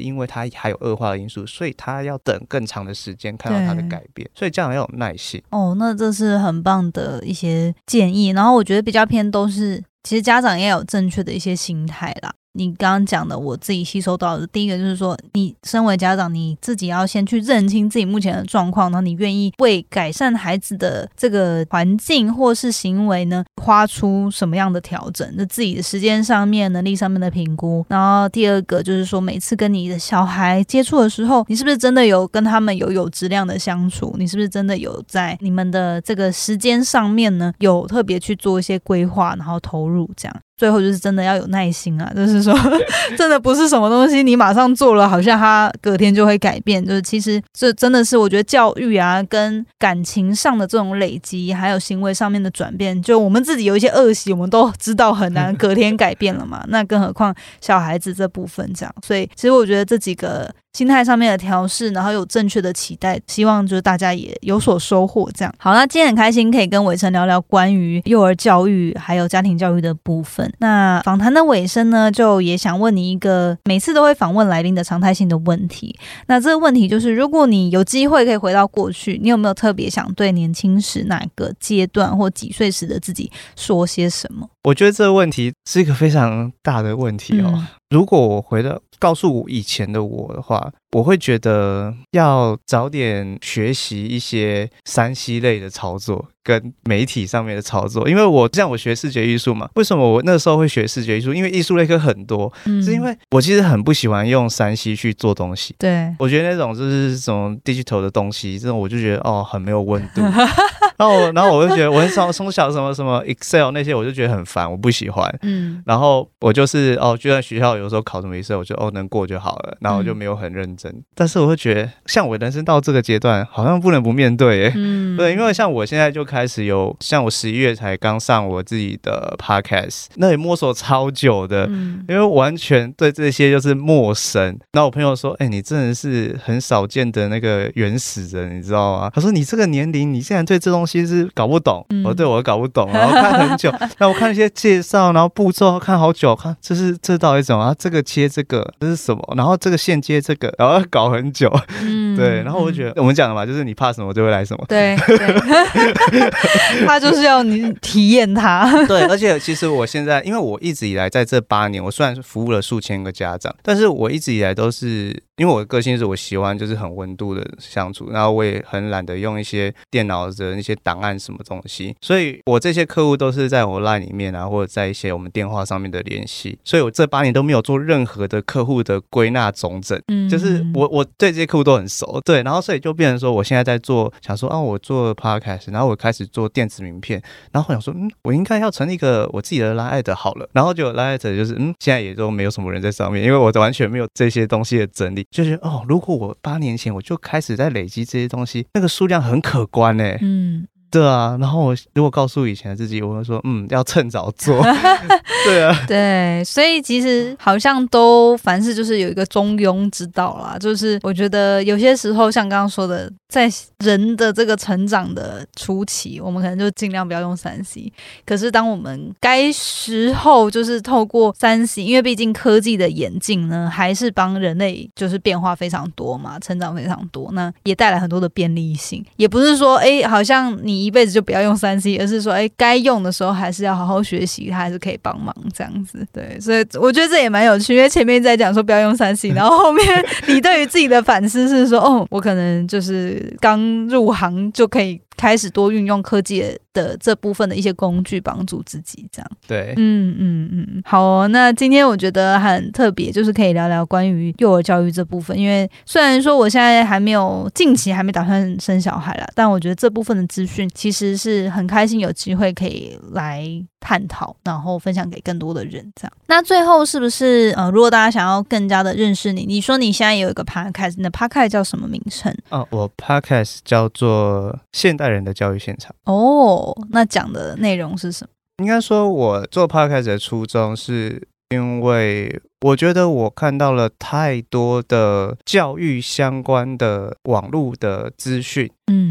因为它还有恶化的因素，所以他要等更长的时间看到它的改变，所以家长要有耐心。 那这是很棒的一些建议，然后我觉得比较偏都是其实家长要有正确的一些心态啦。你刚刚讲的我自己吸收到的第一个就是说，你身为家长你自己要先去认清自己目前的状况，然后你愿意为改善孩子的这个环境或是行为呢花出什么样的调整，就自己的时间上面能力上面的评估。然后第二个就是说，每次跟你的小孩接触的时候，你是不是真的有跟他们有质量的相处，你是不是真的有在你们的这个时间上面呢有特别去做一些规划，然后投入这样。最后就是真的要有耐心啊，就是说真的不是什么东西你马上做了好像他隔天就会改变，就是其实这真的是我觉得教育啊跟感情上的这种累积，还有行为上面的转变，就我们自己有一些恶习我们都知道很难隔天改变了嘛那更何况小孩子这部分这样。所以其实我觉得这几个心态上面的调试，然后有正确的期待，希望就是大家也有所收获这样。好，那今天很开心可以跟伟成聊聊关于幼儿教育还有家庭教育的部分。那访谈的尾声呢，就也想问你一个每次都会访问来宾的常态性的问题。那这个问题就是，如果你有机会可以回到过去，你有没有特别想对年轻时哪个阶段或几岁时的自己说些什么？ 我觉得这个问题是一个非常大的问题哦。如果我回到告诉我以前的我的话，我会觉得要早点学习一些3C 类的操作跟媒体上面的操作。因为我学视觉艺术嘛，为什么我那时候会学视觉艺术？因为艺术类科很多，是因为我其实很不喜欢用3C 去做东西。 对， 我觉得那种就是这种 digital 的东西，这种我就觉得很没有温度。然后我就觉得我从小什么 Excel 那些我就觉得很烦，我不喜欢。然后我就是就在学校有时候考什么 Excel 我就能过就好了，然后我就没有很认真。但是我会觉得像我人生到这个阶段好像不能不面对耶。对，因为像我现在就开始有，像我11月才刚上我自己的 podcast， 那也摸索超久的。因为完全对这些就是陌生。然后我朋友说你真的是很少见的那个原始人，你知道吗？他说你这个年龄你竟然对这东西是搞不懂。对，我搞不懂，然后看很久然后我看一些介绍，然后步骤看好久，看这到底怎么这个切这个这是什么，然后这个线接这个，然后搞很久。对，然后我就觉得我们讲的嘛，就是你怕什么就会来什么。 对他就是要你体验它。 对，而且其实我现在因为我一直以来在这8年，我虽然服务了数千个家长，但是我一直以来都是因为我的个性是我喜欢就是很温度的相处，然后我也很懒得用一些电脑的那些档案什么东西，所以我这些客户都是在我 LINE 里面啊，或者在一些我们电话上面的联系，所以我这8年都没有做任何的客户的归纳总整。就是我对这些客户都很熟。对，然后所以就变成说我现在在做，想说我做 podcast， 然后我开始做电子名片，然后我想说我应该要成立一个我自己的 LINE@ 好了，然后就 LINE@ 就是现在也都没有什么人在上面，因为我完全没有这些东西的整理，就觉得如果我8年前我就开始在累积这些东西，那个数量很可观耶。对啊，然后我如果告诉以前的自己，我会说要趁早做。对啊， 对，所以其实好像都凡事就是有一个中庸之道啦，就是我觉得有些时候像刚刚说的，在人的这个成长的初期，我们可能就尽量不要用3C， 可是当我们该时候就是透过3C， 因为毕竟科技的演进呢，还是帮人类就是变化非常多嘛，成长非常多，那也带来很多的便利性，也不是说好像你一辈子就不要用3C， 而是说该用的时候还是要好好学习，它还是可以帮忙这样子。对，所以我觉得这也蛮有趣，因为前面在讲说不要用3C， 然后后面你对于自己的反思是说我可能就是刚入行就可以开始多运用科技的这部分的一些工具帮助自己这样。 对， 好那今天我觉得很特别，就是可以聊聊关于幼儿教育这部分，因为虽然说我现在近期还没打算生小孩啦，但我觉得这部分的资讯其实是很开心有机会可以来探讨，然后分享给更多的人这样。那最后是不是如果大家想要更加的认识你，你说你现在有一个 podcast， 你的 podcast 叫什么名称？ 我 podcast 叫做现代人的教育现场。 那讲的内容是什么？ 应该说我做 podcast 的初衷是因为我觉得我看到了太多的教育相关的网络的资讯，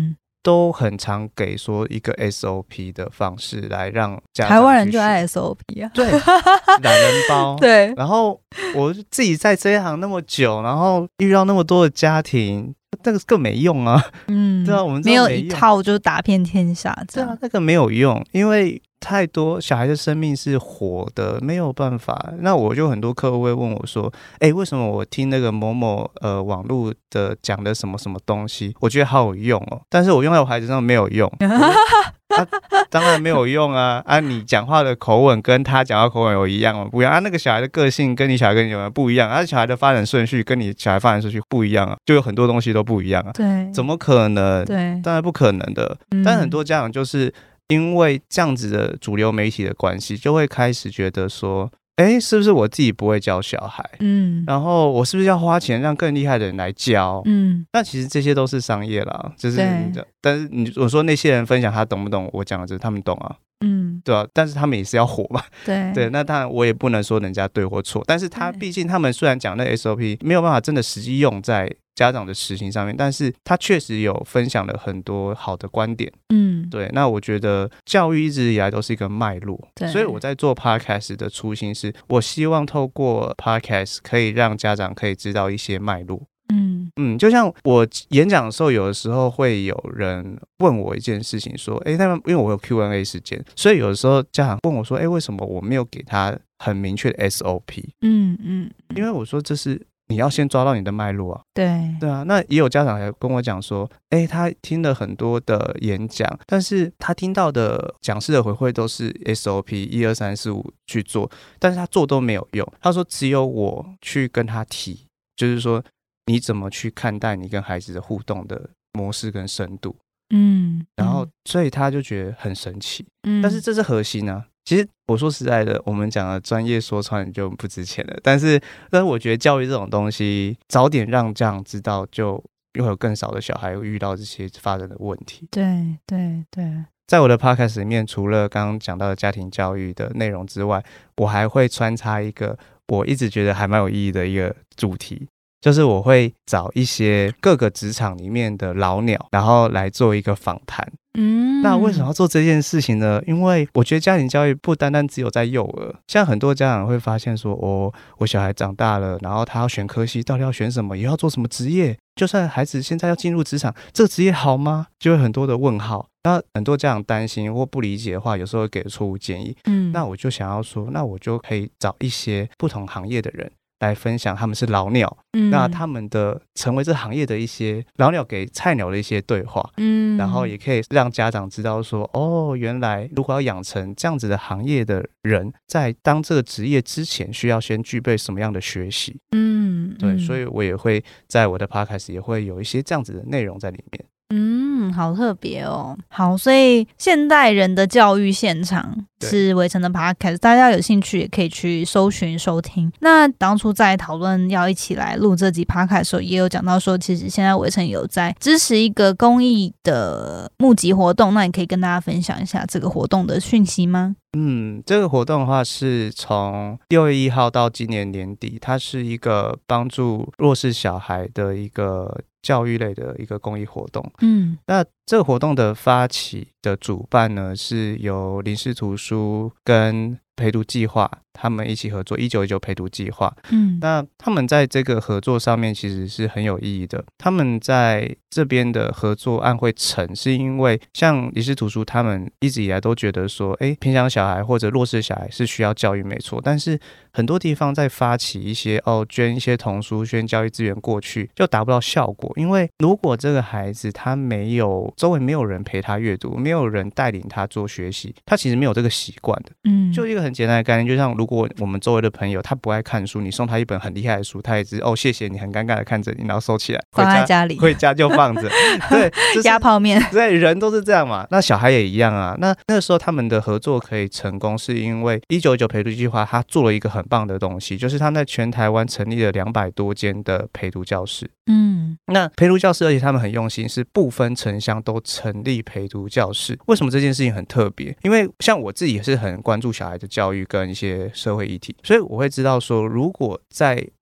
都很常给说一个 SOP 的方式来让家长台湾人就爱 SOP 啊， 对，懒人包。 对， 然后我自己在这一行那么久，然后遇到那么多的家庭，那个更没用啊。对啊，我们没有一套就打遍天下这样。 对啊，那个没有用，因为太多小孩的生命是活的，没有办法。那我就很多客户会问我说，为什么我听那个某某网络的讲的什么什么东西，我觉得好有用哦，但是我用在我孩子上没有用。当然没有用啊！你讲话的口吻跟他讲话口吻有一样吗？不一样啊！那个小孩的个性跟你小孩跟你不一样，小孩的发展顺序跟你小孩发展顺序不一样啊，就有很多东西都不一样啊。 对， 怎么可能？ 对， 当然不可能的。但很多家长就是因为这样子的主流媒体的关系，就会开始觉得说，是不是我自己不会教小孩？然后我是不是要花钱让更厉害的人来教？那其实这些都是商业啦，就是，但是我说那些人分享他懂不懂我讲的这，他们懂啊。对啊，但是他们也是要火嘛。对，那当然我也不能说人家对或错，但是毕竟他们虽然讲那 SOP 没有办法真的实际用在家长的实行上面，但是他确实有分享了很多好的观点。对，那我觉得教育一直以来都是一个脉络，所以我在做 podcast 的初心是我希望透过 podcast 可以让家长可以知道一些脉络。就像我演讲的时候，有的时候会有人问我一件事情，说，因为我有 Q&A 时间，所以有的时候家长问我说，为什么我没有给他很明确的 SOP？因为我说这是你要先抓到你的脉络啊。对啊，那也有家长还跟我讲说，他听了很多的演讲，但是他听到的讲师的回馈都是 SOP 1、2、3、4、5去做，但是他做都没有用。他说只有我去跟他提，就是说你怎么去看待你跟孩子的互动的模式跟深度。然后所以他就觉得很神奇。但是这是核心啊。其实我说实在的，我们讲的专业说穿就不值钱了，但是我觉得教育这种东西早点让家长知道，就会有更少的小孩会遇到这些发展的问题。对，在我的 podcast 里面，除了刚刚讲到的家庭教育的内容之外，我还会穿插一个我一直觉得还蛮有意义的一个主题，就是我会找一些各个职场里面的老鸟，然后来做一个访谈。那为什么要做这件事情呢？因为我觉得家庭教育不单单只有在幼儿，像很多家长会发现说，我小孩长大了，然后他要选科系，到底要选什么，也要做什么职业，就算孩子现在要进入职场，这个职业好吗？就会很多的问号。那很多家长担心或不理解的话，有时候会给错误建议。那我就想要说，那我就可以找一些不同行业的人来分享他们是老鸟，那他们的成为这行业的一些老鸟给菜鸟的一些对话，然后也可以让家长知道说，原来如果要养成这样子的行业的人，在当这个职业之前需要先具备什么样的学习。对，所以我也会在我的 podcast 也会有一些这样子的内容在里面。 好特别哦。好，所以现代人的教育现场是伟成的 podcast， 大家有兴趣也可以去搜寻收听。那当初在讨论要一起来录这集 podcast 的时候，也有讲到说，其实现在伟成有在支持一个公益的募集活动，那你可以跟大家分享一下这个活动的讯息吗？ 这个活动的话是从6月1号到今年年底，它是一个帮助弱势小孩的一个教育类的一个公益活动。那这个活动的发起的主办呢，是由林氏图书跟陪读计划他们一起合作，1919陪读计划。那他们在这个合作上面其实是很有意义的。他们在这边的合作案会成，是因为像林氏图书他们一直以来都觉得说，偏乡小孩或者弱势小孩是需要教育没错，但是很多地方在发起一些捐一些童书、捐教育资源过去，就达不到效果。因为如果这个孩子他周围没有人陪他阅读，没有人带领他做学习，他其实没有这个习惯的。就一个很简单的概念，就像如果我们周围的朋友他不爱看书，你送他一本很厉害的书，他也只谢谢你，很尴尬的看着你，然后收起来放在家里， 回家就放着。对， 压泡面。 对，人都是这样嘛。那小孩也一样啊。那个时候他们的合作可以成功，是因为1919陪读计划他做了一个很棒的东西，就是他在全台湾成立了200多间的陪读教室。那陪读教室，而且他们很用心，是不分城乡都成立陪读教室。为什么这件事情很特别？因为像我自己也是很关注小孩的教育跟一些社会议题，所以我会知道说，如果在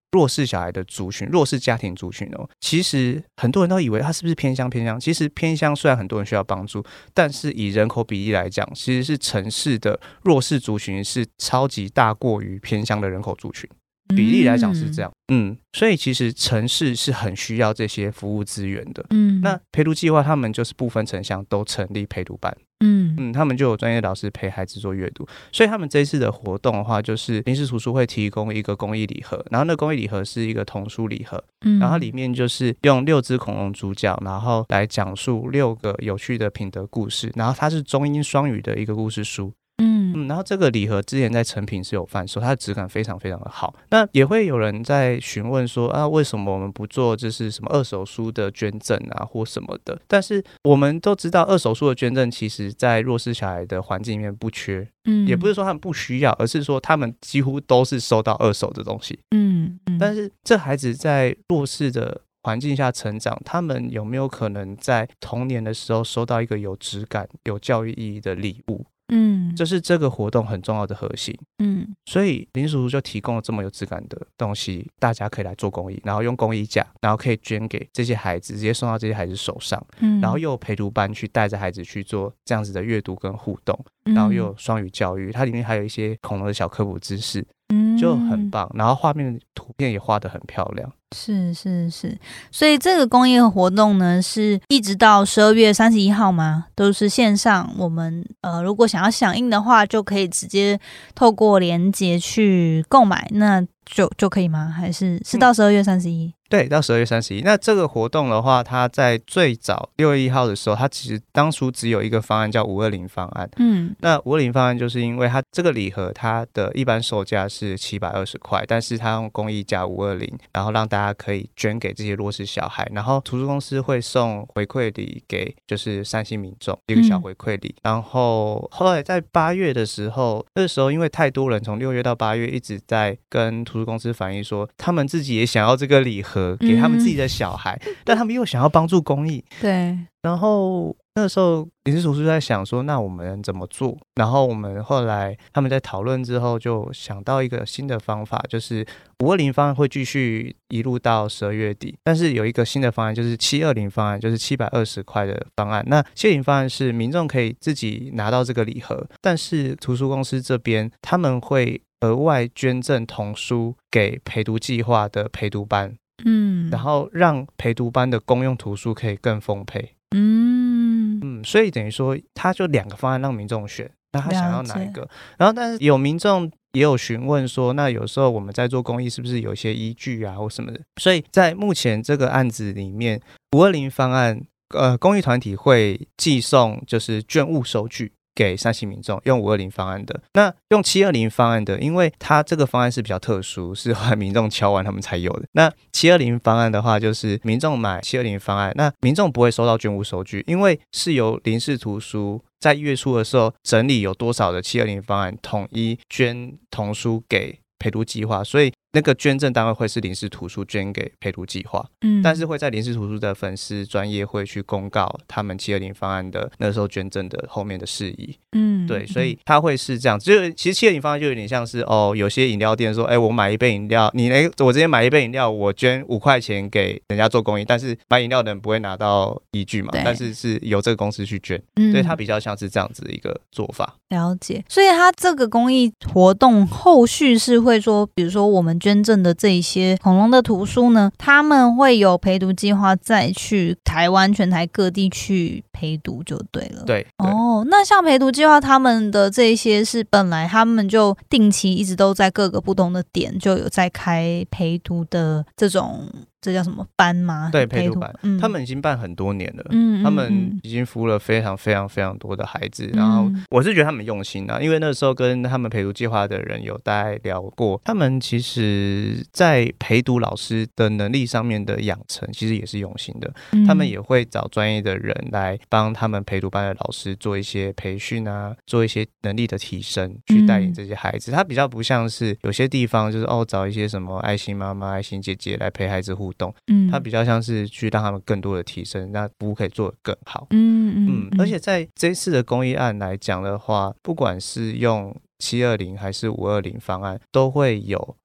弱势小孩的族群，弱势家庭族群哦，其实很多人都以为他是不是偏乡，其实偏乡虽然很多人需要帮助，但是以人口比例来讲，其实是城市的弱势族群是超级大过于偏乡的人口族群，比例来讲是这样。所以其实城市是很需要这些服务资源的。那陪读计划他们就是不分城乡都成立陪读班。他们就有专业老师陪孩子做阅读，所以他们这一次的活动的话，就是临时图书会提供一个公益礼盒，然后那公益礼盒是一个童书礼盒，然后里面就是用6只恐龙主角，然后来讲述6个有趣的品德故事，然后它是中英双语的一个故事书。然后这个礼盒之前在成品是有贩售，它的质感非常非常的好。那也会有人在询问说为什么我们不做就是什么二手书的捐赠啊或什么的？但是我们都知道二手书的捐赠其实在弱势小孩的环境里面不缺，也不是说他们不需要，而是说他们几乎都是收到二手的东西。但是这孩子在弱势的环境下成长，他们有没有可能在童年的时候收到一个有质感、有教育意义的礼物？这是这个活动很重要的核心。所以临时图书就提供了这么有质感的东西，大家可以来做公益，然后用公益价，然后可以捐给这些孩子，直接送到这些孩子手上。然后又有陪读班去带着孩子去做这样子的阅读跟互动，然后又有双语教育，它里面还有一些恐龙的小科普知识，就很棒。然后画面图片也画得很漂亮。 是，所以这个公益活动呢，是一直到12月31号吗？都是线上。我们如果想要响应的话，就可以直接透过连结去购买，那就可以吗？还是到12月31？ 对，到12月31。那这个活动的话，它在最早6月1号的时候，它其实当初只有一个方案叫520方案。那520方案就是因为它这个礼盒它的一般售价是720块，但是它用公益价520，然后让大家可以捐给这些弱势小孩，然后图书公司会送回馈礼给就是善心民众一个小回馈礼。然后后来在8月的时候，那时候因为太多人从6月到8月一直在跟图书公司反映说，他们自己也想要这个礼盒给他们自己的小孩，但他们又想要帮助公益。 对， 然后那个时候临时图书在想说，那我们怎么做？然后我们后来他们在讨论之后，就想到一个新的方法，就是520方案会继续一路到12月底，但是有一个新的方案，就是720方案，就是720块的方案。那720方案是民众可以自己拿到这个礼盒，但是图书公司这边他们会额外捐赠童书给陪读计划的陪读班，然后让陪读班的公用图书可以更丰沛。所以等于说他就2个方案让民众选，那他想要哪一个？然后但是有民众也有询问说，那有时候我们在做公益是不是有一些依据啊或什么的？所以在目前这个案子里面，520方案公益团体会寄送就是卷物收据给善心民众，用520方案的。那用720方案的，因为它这个方案是比较特殊，是后来民众敲完他们才有的。那720方案的话，就是民众买720方案，那民众不会收到卷物收据，因为是由临时图书在1月初的时候整理有多少的720方案，统一捐童书给陪读计划，所以那个捐赠单位会是临时图书捐给陪读计划，但是会在临时图书的粉丝专页会去公告他们720方案的那时候捐赠的后面的事宜。对，所以它会是这样，就其实720方案就有点像是有些饮料店说，我买一杯饮料，我直接买一杯饮料，我捐5块钱给人家做公益，但是买饮料的人不会拿到依据嘛，但是是由这个公司去捐，所以它比较像是这样子的一个做法。 了解，所以它这个公益活动后续是会说，比如说我们捐赠的这一些恐龙的图书呢，他们会有陪读计划再去台湾全台各地去陪读就对了。 对， 那像陪读计划他们的这一些是本来他们就定期一直都在各个不同的点就有在开陪读的这种，这叫什么班吗？ 对，陪读班，他们已经办很多年了，他们已经服务了非常非常非常多的孩子，然后我是觉得他们用心啊，因为那时候跟他们陪读计划的人有大概聊过，他们其实在陪读老师的能力上面的养成其实也是用心的，他们也会找专业的人来帮他们陪读班的老师做一些培训啊，做一些能力的提升，去带领这些孩子。他比较不像是有些地方就是找一些什么爱心妈妈、爱心姐姐来陪孩子互动，它比较像是去让他们更多的提升，让服务可以做得更好。而且在这一次的公益案来讲的话，不管是用720还是520方案，都会有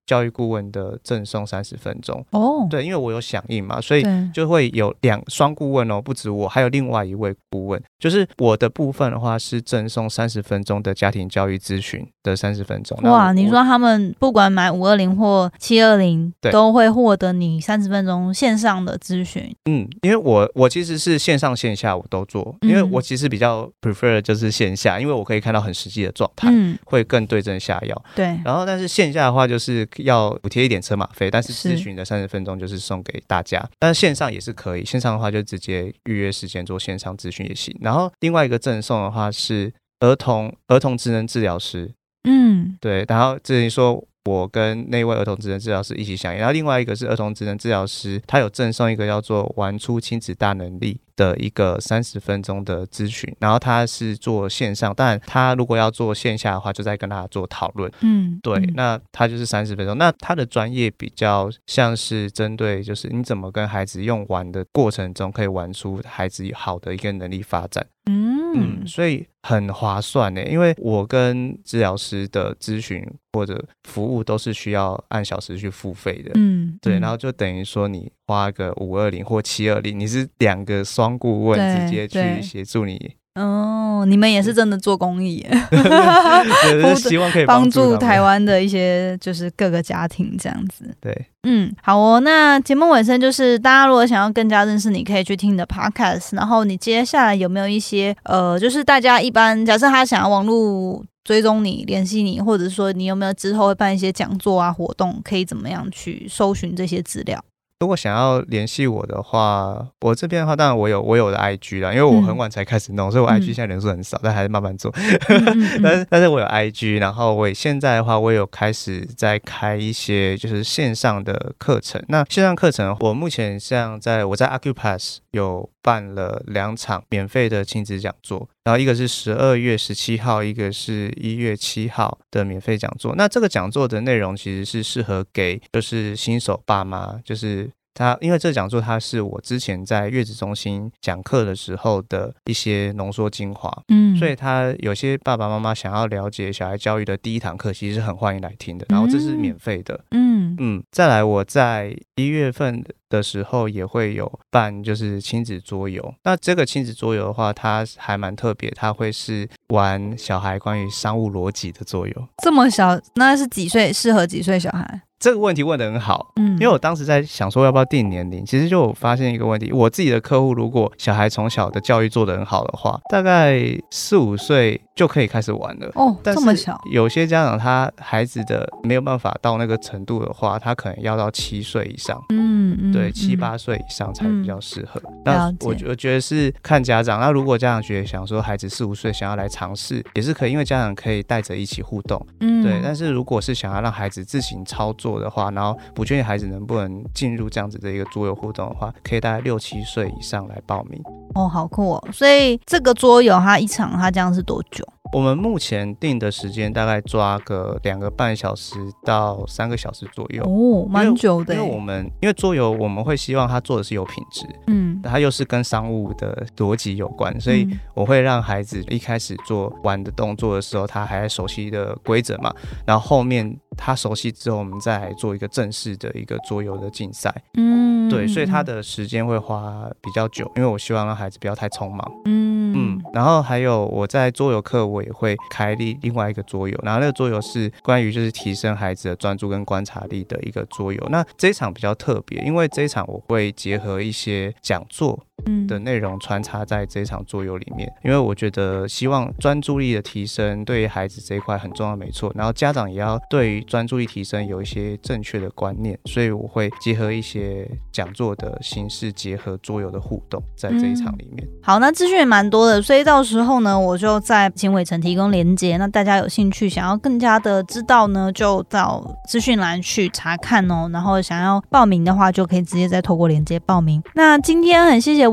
教育顾问的赠送30分钟。对，因为我有响应嘛，所以就会有双顾问哦，不止我，还有另外一位顾问。就是我的部分的话是赠送30分钟的家庭教育咨询的30分钟。 哇，你说他们不管买520或720都会获得你30分钟线上的咨询。 因为我其实是线上线下我都做，因为我其实比较 prefer 就是线下，因为我可以看到很实际的状态，会更对症下药。 对， 然后但是线下的话就是要补贴一点车马费，但是咨询的30分钟就是送给大家。但是线上也是可以，线上的话就直接预约时间做线上咨询也行。然后另外一个赠送的话是儿童职能治疗师。对，然后至于说我跟那位儿童职能治疗师一起响应，然后另外一个是儿童职能治疗师，他有赠送一个叫做玩出亲子大能力的一个30分钟的咨询，然后他是做线上，当然他如果要做线下的话就再跟他做讨论。对，那他就是30分钟，那他的专业比较像是针对就是你怎么跟孩子用玩的过程中可以玩出孩子好的一个能力发展。所以很划算耶，因为我跟治疗师的咨询或者服务都是需要按小时去付费的。对，然后就等于说你花个520或720，你是2个双顾问直接去协助你。 你们也是真的做公益耶希望可以帮助台湾的一些就是各个家庭这样子。 对， 好哦。那节目尾声就是大家如果想要更加认识你，可以去听你的 podcast， 然后你接下来有没有一些就是大家一般假设他想要网络追踪你联系你，或者说你有没有之后会办一些讲座啊活动，可以怎么样去搜寻这些资料？ 如果想要联系我的话，我这边的话当然我有的 IG 啦，因为我很晚才开始弄，所以我 IG 现在人数很少，但还是慢慢做但是我有 IG， 然后我现在的话我有开始在开一些就是线上的课程。那线上课程我目前像我在 Acupass 有办了2场免费的亲子讲座，然后一个是12月17号，一个是1月7号的免费讲座。那这个讲座的内容其实是适合给就是新手爸妈，就是因为这个讲座它是我之前在月子中心讲课的时候的一些浓缩精华，所以他有些爸爸妈妈想要了解小孩教育的第一堂课，其实是很欢迎来听的，然后这是免费的。再来我在1月份的时候也会有办就是亲子桌游，那这个亲子桌游的话它还蛮特别，它会是玩小孩关于商务逻辑的桌游。 这么小，那是几岁适合几岁小孩？ 这个问题问得很好，因为我当时在想说要不要定年龄，其实就发现一个问题，我自己的客户如果小孩从小的教育做得很好的话，大概4、5岁就可以开始玩了。 这么小。 有些家长他孩子的没有办法到那个程度的话，他可能要到7岁以上，对，7、8岁以上才比较适合。那我觉得是看家长，那如果家长觉得想说孩子4、5岁想要来尝试也是可以，因为家长可以带着一起互动，对。但是如果是想要让孩子自行操作的话，然后不确定孩子能不能进入这样子的一个桌游互动的话，可以大概6、7岁以上来报名。 好酷哦！所以这个桌游它一场它这样是多久？ 我们目前定的时间大概抓个2个半小时到3个小时左右。 蛮久的。 因为桌游我们会希望它做的是有品质，它又是跟商务的逻辑有关，所以我会让孩子一开始做玩的动作的时候，他还在熟悉的规则嘛，然后后面他熟悉之后，我们再来做一个正式的一个桌游的竞赛。对，所以他的时间会花比较久，因为我希望让孩子不要太匆忙。然后还有我在桌游课我也会开另外一个桌游，然后那个桌游是关于就是提升孩子的专注跟观察力的一个桌游。那这一场比较特别，因为这一场我会结合一些讲座的内容穿插在这一场桌游里面，因为我觉得希望专注力的提升对于孩子这一块很重要，没错，然后家长也要对于专注力提升有一些正确的观念，所以我会结合一些讲座的形式，结合桌游的互动在这一场里面。 好，那资讯也蛮多的，所以到时候呢我就在请伟成提供连结，那大家有兴趣想要更加的知道呢，就到资讯栏去查看哦，然后想要报名的话就可以直接再透过连结报名。那今天很谢谢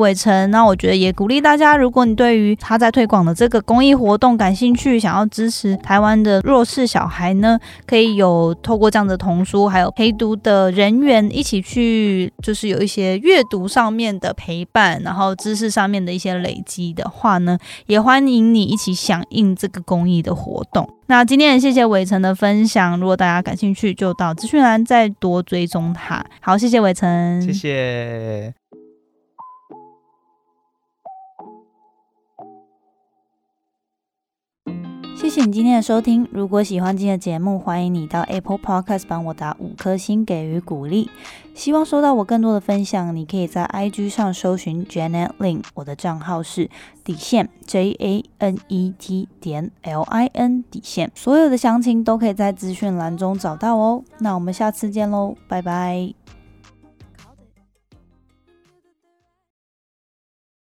伟成。那我觉得也鼓励大家，如果你对于他在推广的这个公益活动感兴趣，想要支持台湾的弱势小孩呢，可以有透过这样的童书还有陪读的人员一起去，就是有一些阅读上面的陪伴，然后知识上面的一些累积的话呢，也欢迎你一起响应这个公益的活动。那今天也谢谢伟成的分享，如果大家感兴趣就到资讯栏再多追踪他。好，谢谢伟成。 谢谢。 谢谢你今天的收听，如果喜欢今天的节目，欢迎你到 Apple Podcast 帮我打5颗星给予鼓励。希望收到我更多的分享，你可以在 IG 上搜寻 Janet Lin， 我的账号是JANET.LIN， 所有的详情都可以在资讯栏中找到哦。那我们下次见喽，拜拜。